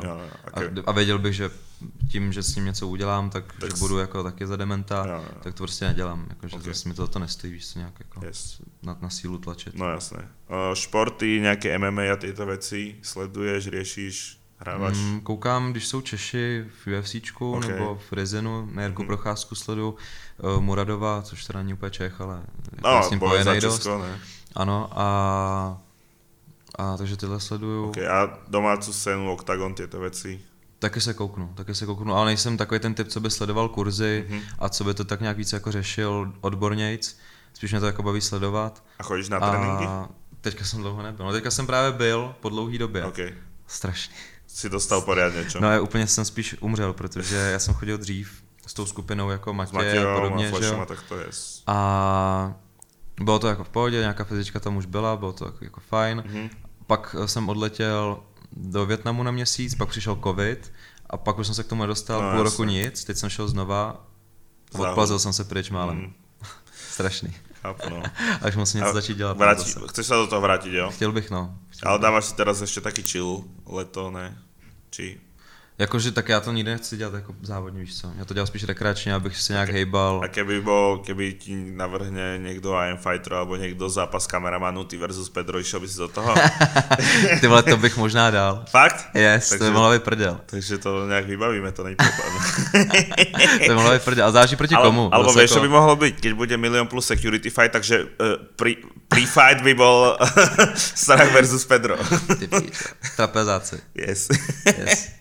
Jo, jo, okay. a, a věděl bych, že tím, že s ním něco udělám, tak, tak že budu jako taky za dementa, jo, jo. tak to prostě nedělám, jako, že okay. prostě mi to, to nestojí, víš co, nějak jako yes. na, na sílu tlačit. No jasné. Uh, športy, nějaké M M A a tyto věci sleduješ, řešíš, hráváš? Mm, koukám, když jsou Češi v UFCčku okay. nebo v Rizinu, na Jirku mm. Procházku sleduju, uh, Muradova, což teda není úplně Čech, ale no, s ním pojenej dost. Česko, ne? Ano, a, a takže tyhle sleduju. Okay, a domácí scénu, Octagon, tyto věci? Taky se kouknu, taky se kouknu, ale nejsem takový ten typ, co by sledoval kurzy mm-hmm. a co by to tak nějak víc jako řešil odbornějc. Spíš mě to jako baví sledovat. A chodíš na tréninky? A teďka jsem dlouho nebyl, no teďka jsem právě byl po dlouhý době. Okay. Strašný. Si dostal pořádně, čo? No já úplně jsem spíš umřel, protože já jsem chodil dřív s tou skupinou jako Matěj a podobně, že jo. Tak to je. A bylo to jako v pohodě, nějaká fyzička tam už byla, bylo to jako, jako fajn. Mm-hmm. Pak jsem odletěl do Vietnamu na měsíc, pak přišel covid a pak už jsem se k tomu nedostal, no, půl roku nic, teď jsem šel znova, odplazil jsem se pryč málem. Mm. Strašný. Chápu, no. Až musím něco začít dělat. Vrátí, chceš se do toho vrátit, jo? Chtěl bych, no. Chtěl Ale bych. dáváš si teraz ještě taky chill, leto, ne? Či... Jakože tak já to nikdy nechci dělat jako závodně, víš co. Já to dělám spíš rekreačně, abych se nějak hejbal. A keby bol, keby ti navrhne někdo I am Fighter alebo někdo zápas kameramanu ty versus Pedro, išel by si do toho? Ty vole, to bych možná dal. Fakt? Yes, takže, to by mohlo být prdel. Takže to nějak vybavíme, to není problém. To by mohlo být prdel, a záleží proti ale, komu. Alebo vieš, jako... by mohlo být, keď bude milion plus security fight, takže uh, pre, pre-fight by bol Strach versus Pedro. Ty píče, trapezáci. Yes. Yes.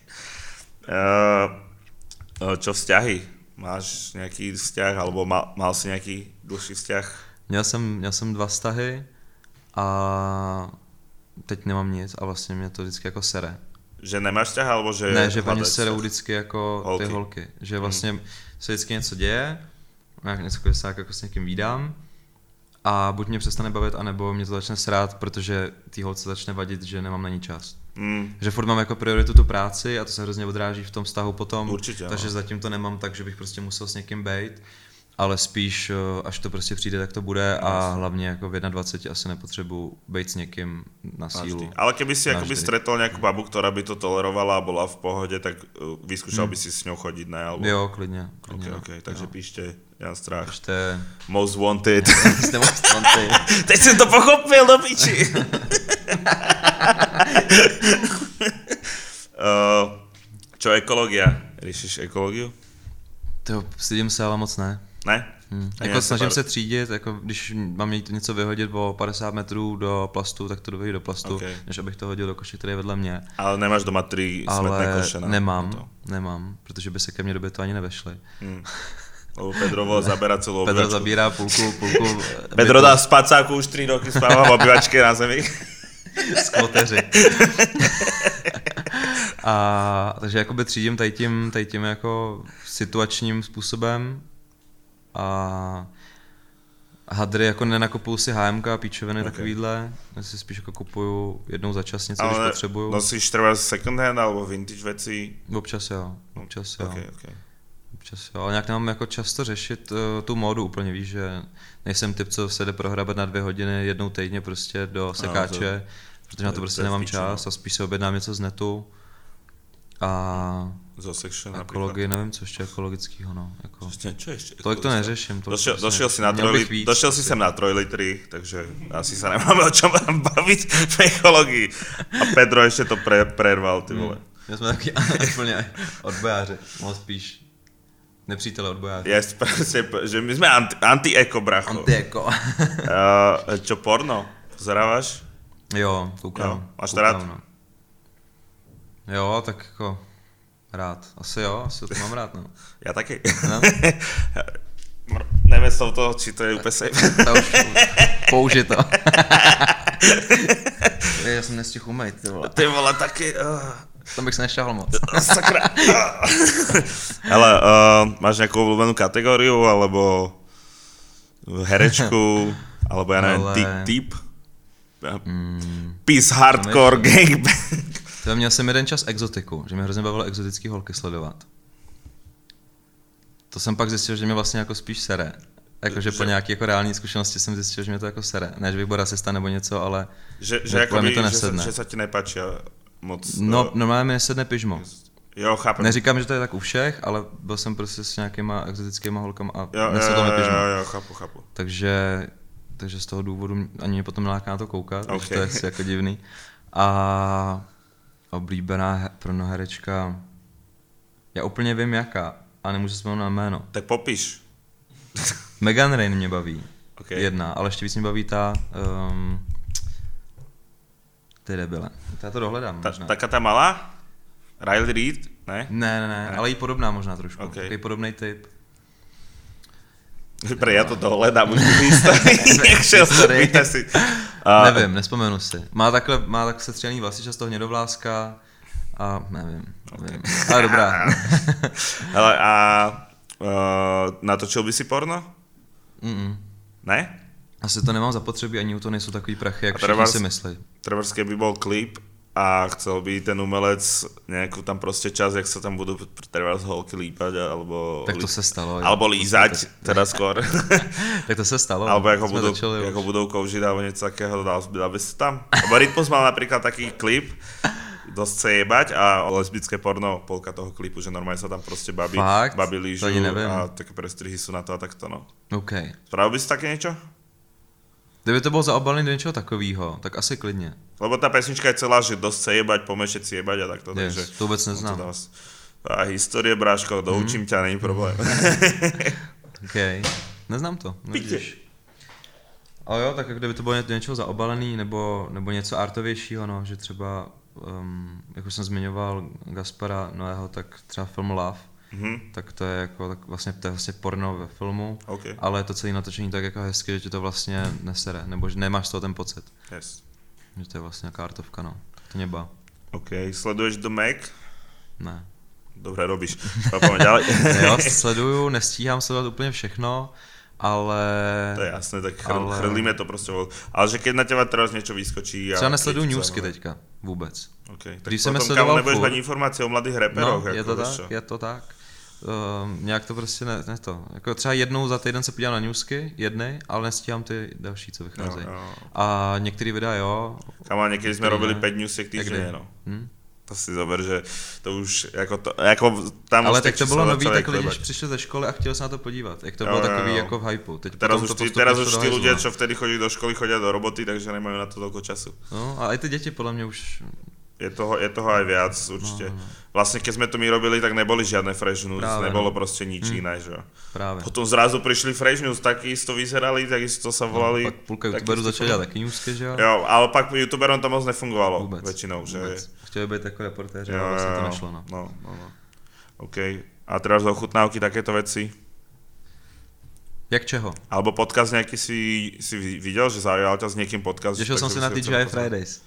Uh, čo vzťahy? Máš nějaký vzťah, alebo mal, mal si nějaký dlhší vzťah? Měl jsem, měl jsem dva vztahy a teď nemám nic a vlastně mě to vždycky jako sere. Že nemáš vzťah, alebo že... Ne, že mě serou vždycky jako holky. Ty holky. Že vlastně hmm. se vždycky něco děje, nějak něco jako s někým vídám a buď mě přestane bavit, anebo mě to začne srát, protože tý holce začne vadit, že nemám na ní čas. Mm. Že furt mám jako prioritu tu práci a to se hrozně odráží v tom vztahu potom. Určitě, takže no. Zatím to nemám tak, že bych prostě musel s někým bejt, ale spíš až to prostě přijde, tak to bude a hlavně jako v dvacet jedna asi nepotřebuji bejt s někým na sílu. Navždy. Ale keby si jakoby stretol nějakou babu, která by to tolerovala a byla v pohodě, tak vyskúšal hmm. by si s ňou chodit, ne? Albo... Jo, klidně. klidně okay, okay. Takže jo. Píšte Jan Strach. Píšte... Most Wanted. Jste Most Wanted. Teď jsem to pochopil, do piči. uh, čo ekologia? Řešíš ekologii? To stydím se, ale moc ne. Ne? Hmm. Jako snažím pár... se třídit, jako když mám něco vyhodit o padesát metrů do plastu, tak to dovedí do plastu, okay. než abych to hodil do koše, který je vedle mě. Ale nemáš doma tři smetné koše? Ale nemám, to. nemám, protože by se ke mně do bytu ani nevešly. Hmm. Pedro vol zabera celou Pedro obyvačku. Zabírá půlku, půlku Pedro dá v spacáku už tři roky spává v obyvačke na zemi. Skvoteři. A takže jakoby třídím tady tím, tady tím jako situačním způsobem a hadry jako nenakupuju si H M K a píčoviny okay. takovýhle, já si spíš jako kupuju jednou za čas něco, ale když potřebuju. Nosíš třeba second hand alebo vintage věci? Občas jo, občas jo. Okay, okay. Občas jo, ale nějak nemám jako často řešit uh, tu módu úplně, víš, že nejsem typ, co se jde prohrabat na dvě hodiny jednou týdně prostě do sekáče, no, to, protože na to prostě nemám čas a spíš se objednám něco z netu a ekologii, nevím, co ještě ekologického, no. Jako, ještě, čo ještě tolik to neřeším. Tolik došel, došel, si na troj, víc, došel si sem na trojlitry, takže asi se nemáme o čem bavit v ekologii. A Pedro ještě to pre, prerval, ty vole. My jsme taky úplně odbojáři, moc spíš. Nepřítele odbojáři. Jest, prostě, že my jsme anti, anti-eko, bracho. Anti-eko. uh, čo porno? Pozeráváš? Jo, koukám. Jo, máš koukám, to rád? No. Jo, tak jako rád. Asi jo, asi to mám rád, no. Já taky. No. Nevím z toho, či to je úplně safe. To už, použi to. Já jsem nestihl umejt, ty vole. Ty vole, taky... Uh... To bych se nešťahal moc. Sakra. Hele, uh, máš nějakou oblíbenou kategoriu, alebo herečku, alebo já nevím, Ale... typ? Mm. Peace Hardcore Gangbang. To měl jsem jeden čas exotiku, že mě hrozně bavilo exotický holky sledovat. To jsem pak zjistil, že mě vlastně jako spíš sere. Jakože po nějaké jako reální zkušenosti jsem zjistil, že mě to jako sere. Ne, že bych byl rasista nebo něco, ale že, že, jako by, to že, se, že se ti nepáčí moc... No, uh, normálně mi nesedne pyžmo. Jo, chápem. Neříkám, že to je tak u všech, ale byl jsem prostě s nějakýma exotickýma holkama a jo, nesedlo mi pyžmo. Jo, jo, chápu, chápu. Takže, takže z toho důvodu ani mě potom neláká na to koukat, okay. To je asi jako divný. A oblíbená pornoherečka, já úplně vím jaká, a nemůžu se na jméno. Tak popiš. Megan Rain mě baví, okay. jedna, ale ještě víc mě baví ta, um, ty debile, já to dohledám ta, možná. Taká ta malá? Riley Reid? Ne? Ne, ne, ne, ne, ale jí podobná možná trošku, okay. Takový podobný typ. Dobre, ja to dohledám už historii. si. A... Nevím, nespomenu si. Má takhle, má tak setřený vlasy, často hnědovláska a nevím, nevím. Okay. Ale dobrá. Hele, a uh, natočil by si porno? Mm-mm. Ne? Asi to nemám zapotřebí, ani u to nejsou takový prachy, jak všichni si myslí. Trebárs, keby bol klip a chcel by ten umelec nejakú tam proste čas, jak sa tam budú trebárs holky lípať, alebo... Tak to se stalo. Alebo lízať, teda skôr. Tak to se stalo. Alebo jak ho budú, jak ho budú koužiť, alebo niečo takého, dal, dal by si tam. Lebo Rytmus mal napríklad taký klip, dosť chce jebať a lesbické porno, polka toho klipu, že normálne sa tam proste babi, babi lížu a také prestrihy sú na to a takto, no. OK. Spravil by si také niečo? Kdyby to bylo zaobalené do něčeho takového, tak asi klidně. Lebo ta pesnička je celá, že dosť chce jebať, pomešet si jebať a takto, yes, takže... to vůbec neznám. No to a historie, bráško, doučím mm. ťa, není problém. OK, neznám to, nevidíš. Ale jo, tak kdyby to bylo ně, něčeho zaobalený, nebo, nebo něco artovějšího, no, že třeba, um, jako jsem zmiňoval Gaspara Noého, tak třeba film Love, mm-hmm. tak to je jako, tak vlastně, to je vlastně porno ve filmu, okay. Ale to celé natočení tak jako hezky, že ti to vlastně nesere, nebo že nemáš z toho ten pocit. Yes. Že to je vlastně nějaká artovka, no, to mě bá. OK, sleduješ The Mac? Ne. Dobre robíš, pojďme ďalej. Jo, sleduju, nestíhám sledovat úplně všechno, ale... To je jasné, tak chr- ale... chrlíme to prostě. Ale že keď na teba teraz niečo vyskočí... Třeba nesleduju newsky teďka, vůbec. Okay. Tak když potom, jsem sledoval nebudeš mať informácie o mladých reperoch. No, je jako to tak, čo? je to tak. Uh, nějak to prostě ne, ne to. Jako třeba jednou za týden se podívám na newsky, jedny, ale nestíhám ty další, co vycházejí. No, no. A některé videa jo. Kama, někdy jsme robili pět newsek týždně, no. Hm? To si zober, že to už jako to, jako tam ale tak to bylo nový, tak lidi přišli ze školy a chtěli se na to podívat, jak to jo, bylo takový jo. Jako v hypeu. Teď teraz už, ty, teraz už ty ľudia, čo vtedy chodí do školy, chodia do roboty, takže nemajú na to toľko času. No a aj ty děti podľa mňa už... Je toho, je toho aj viac určite. No, no. Vlastne keď sme to my robili, tak neboli žiadne Fresh News, práve, nebolo no. proste nič hm. iné, že jo. Práve. Potom zrazu prišli Fresh News, takisto vyzerali, takisto sa volali. No, pak půlka youtuberů začali dělat taky newsky, že jo. Jo, ale pak youtuberom to moc nefungovalo vůbec, väčšinou, že... Vůbec. Chtěli být jako reportéři, ale vlastně to nešlo, no. No, no, no. OK. A teraz ochutnávky, takéto veci? Jak čeho? Alebo podcast nejaký si, si videl, že zaujal ťa s niekým podcast? Těšil som si na T J I Fridays.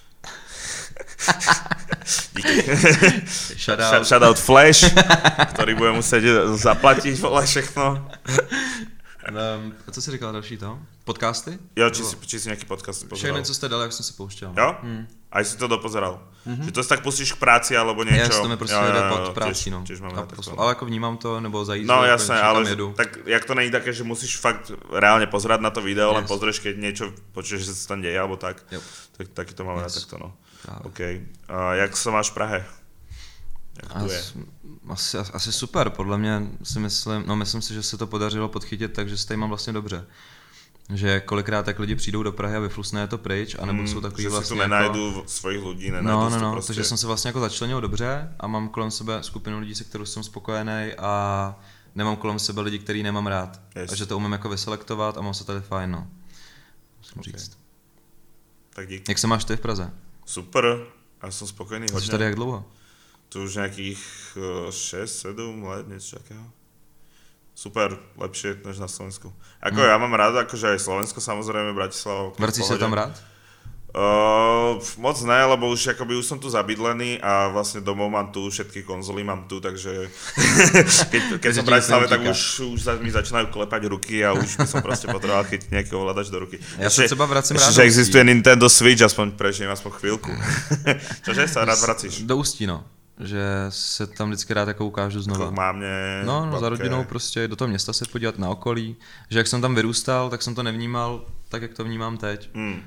Díky. Shoutout. Shoutout Flash, ktorý bude musieť zaplatiť, vole, všechno. Um, a co jsi říkal další to? Podcasty? Jo, či si, či si nejaký podcast pozeral. Všechno, co jste dali, jak jsem si pouštěl. Jo? Hmm. Aj si to dopozeral. Mm-hmm. Že to si tak pustíš k práci, alebo niečo. Jasne, to mi prostě jde pod práci, no. Tiež mám posl- ale jako vnímám to, nebo zajízdím. No jasné, ale jedu. Tak jak to není také, že musíš fakt reálne pozerať na to video, yes. len pozrieš, keď niečo počuješ, že sa tam deje, alebo tak. Yep. Tak taky to mám yes. rád takto, no. Právě. OK. A jak sa máš v Prahe? Jak tu je? Asi, asi super, podle mě si myslím, no myslím si, že se to podařilo podchytit, takže se tady mám vlastně dobře. Že kolikrát tak lidi přijdou do Prahy a vyflusne je to pryč, anebo jsou takový že vlastně si tu nenajdu jako... svojich lidí, nenajdu no, no, no, prostě... takže jsem se vlastně jako začlenil dobře a mám kolem sebe skupinu lidí, se kterou jsem spokojený a nemám kolem sebe lidi, který nemám rád. Yes. A že to umím jako vyselektovat a mám se tady fajn, no. Musím okay. říct. Tak díky. Jak se máš ty v Praze? Super, já jsem spokojený hodně. Jsi tady jak dlouho? To už nějakých šesť sedem let, něco takého. Super, lepšie než na Slovensku. Ako hmm. ja mám rád, akože aj Slovensko, samozrejme, Bratislava. Vracíš sa tam rád? Uh, moc ne, lebo už akoby už som tu zabydlený a vlastne domov mám tu, všetky konzoly mám tu, takže keď, keď som v Bratislave, tak už, už mi začínajú klepať ruky a už by som proste potreboval chytiť nejaký ovládač do ruky. Ja sa třeba vracím rád že existuje Nintendo Switch, aspoň prežijem aspoň chvíľku. Čože sa rád vracíš? Do Ústí, no. Že se tam vždycky rád jako ukážu znova. Jako mámě, no, no za rodinou prostě do toho města se podívat na okolí. Že jak jsem tam vyrůstal, tak jsem to nevnímal tak, jak to vnímám teď. Hmm.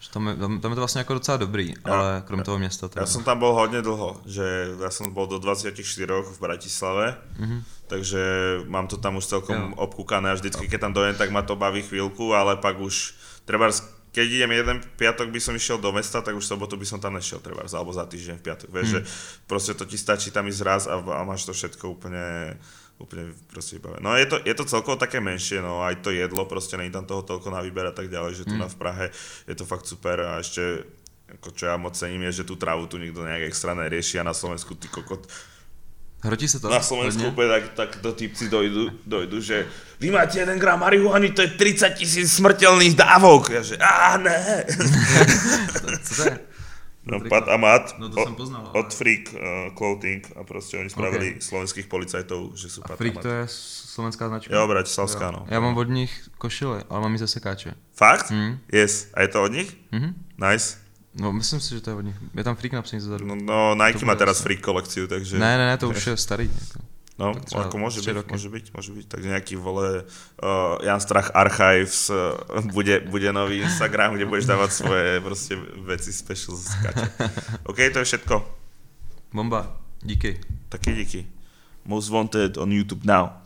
Tam je, tam, tam je to vlastně jako docela dobrý, ja, ale krom toho města. Teda. Ja som tam bol hodne dlho, že ja som bol do dvadsaťštyri v Bratislave, mm-hmm. takže mám to tam už celkom ja. obkúkané a vždycky, keď tam dojem, tak ma to baví chvíľku, ale pak už, trebárs, keď idem jeden piatok by som išiel do mesta, tak už sobotu by som tam nešiel, trebárs, alebo za týždeň v piatok, vieš, mm. že proste to ti stačí tam ísť raz a, a máš to všetko úplne... úplne proste vybavené. No je to, je to celkovo také menšie, no aj to jedlo, proste nie je tam toho toľko na výber a tak ďalej, že tu mm. na v Prahe je to fakt super a ešte, ako čo ja moc cením, je, že tú trávu tu nikto nejak extra nerieši a na Slovensku ty kokot. Hrotí sa to? Na Slovensku úplne tak, tak to typci dojdu, dojdu, že vy máte jeden gram marihuany, to je tridsať tisíc smrteľných dávok. Ja že, á, ne. Co to je? No Pat a Mat no, od, poznal, ale... od Freak uh, Clothing a proste oni spravili okay. slovenských policajtov, že sú a Pat Freak a Mat. to je slovenská značka? Jo, bratislavská, no. Ja mám od nich košile, ale mám i zasekáče. Fakt? Mm. Yes. A je to od nich? Mhm. Nice. No myslím si, že to je od nich. Je tam Freak napsaný zezadu. No, no Nike má teraz asi. Freak kolekciu, takže... Ne, ne, ne, to už je starý. Jako. No, ako môže byť, roky. môže byť, môže byť. Takže nejaký vole uh, Jan Strach Archives uh, bude, bude nový Instagram, kde budeš dávať svoje proste veci special z skáča. OK, to je všetko. Bomba, díky. Taky díky. Most Wanted on YouTube now.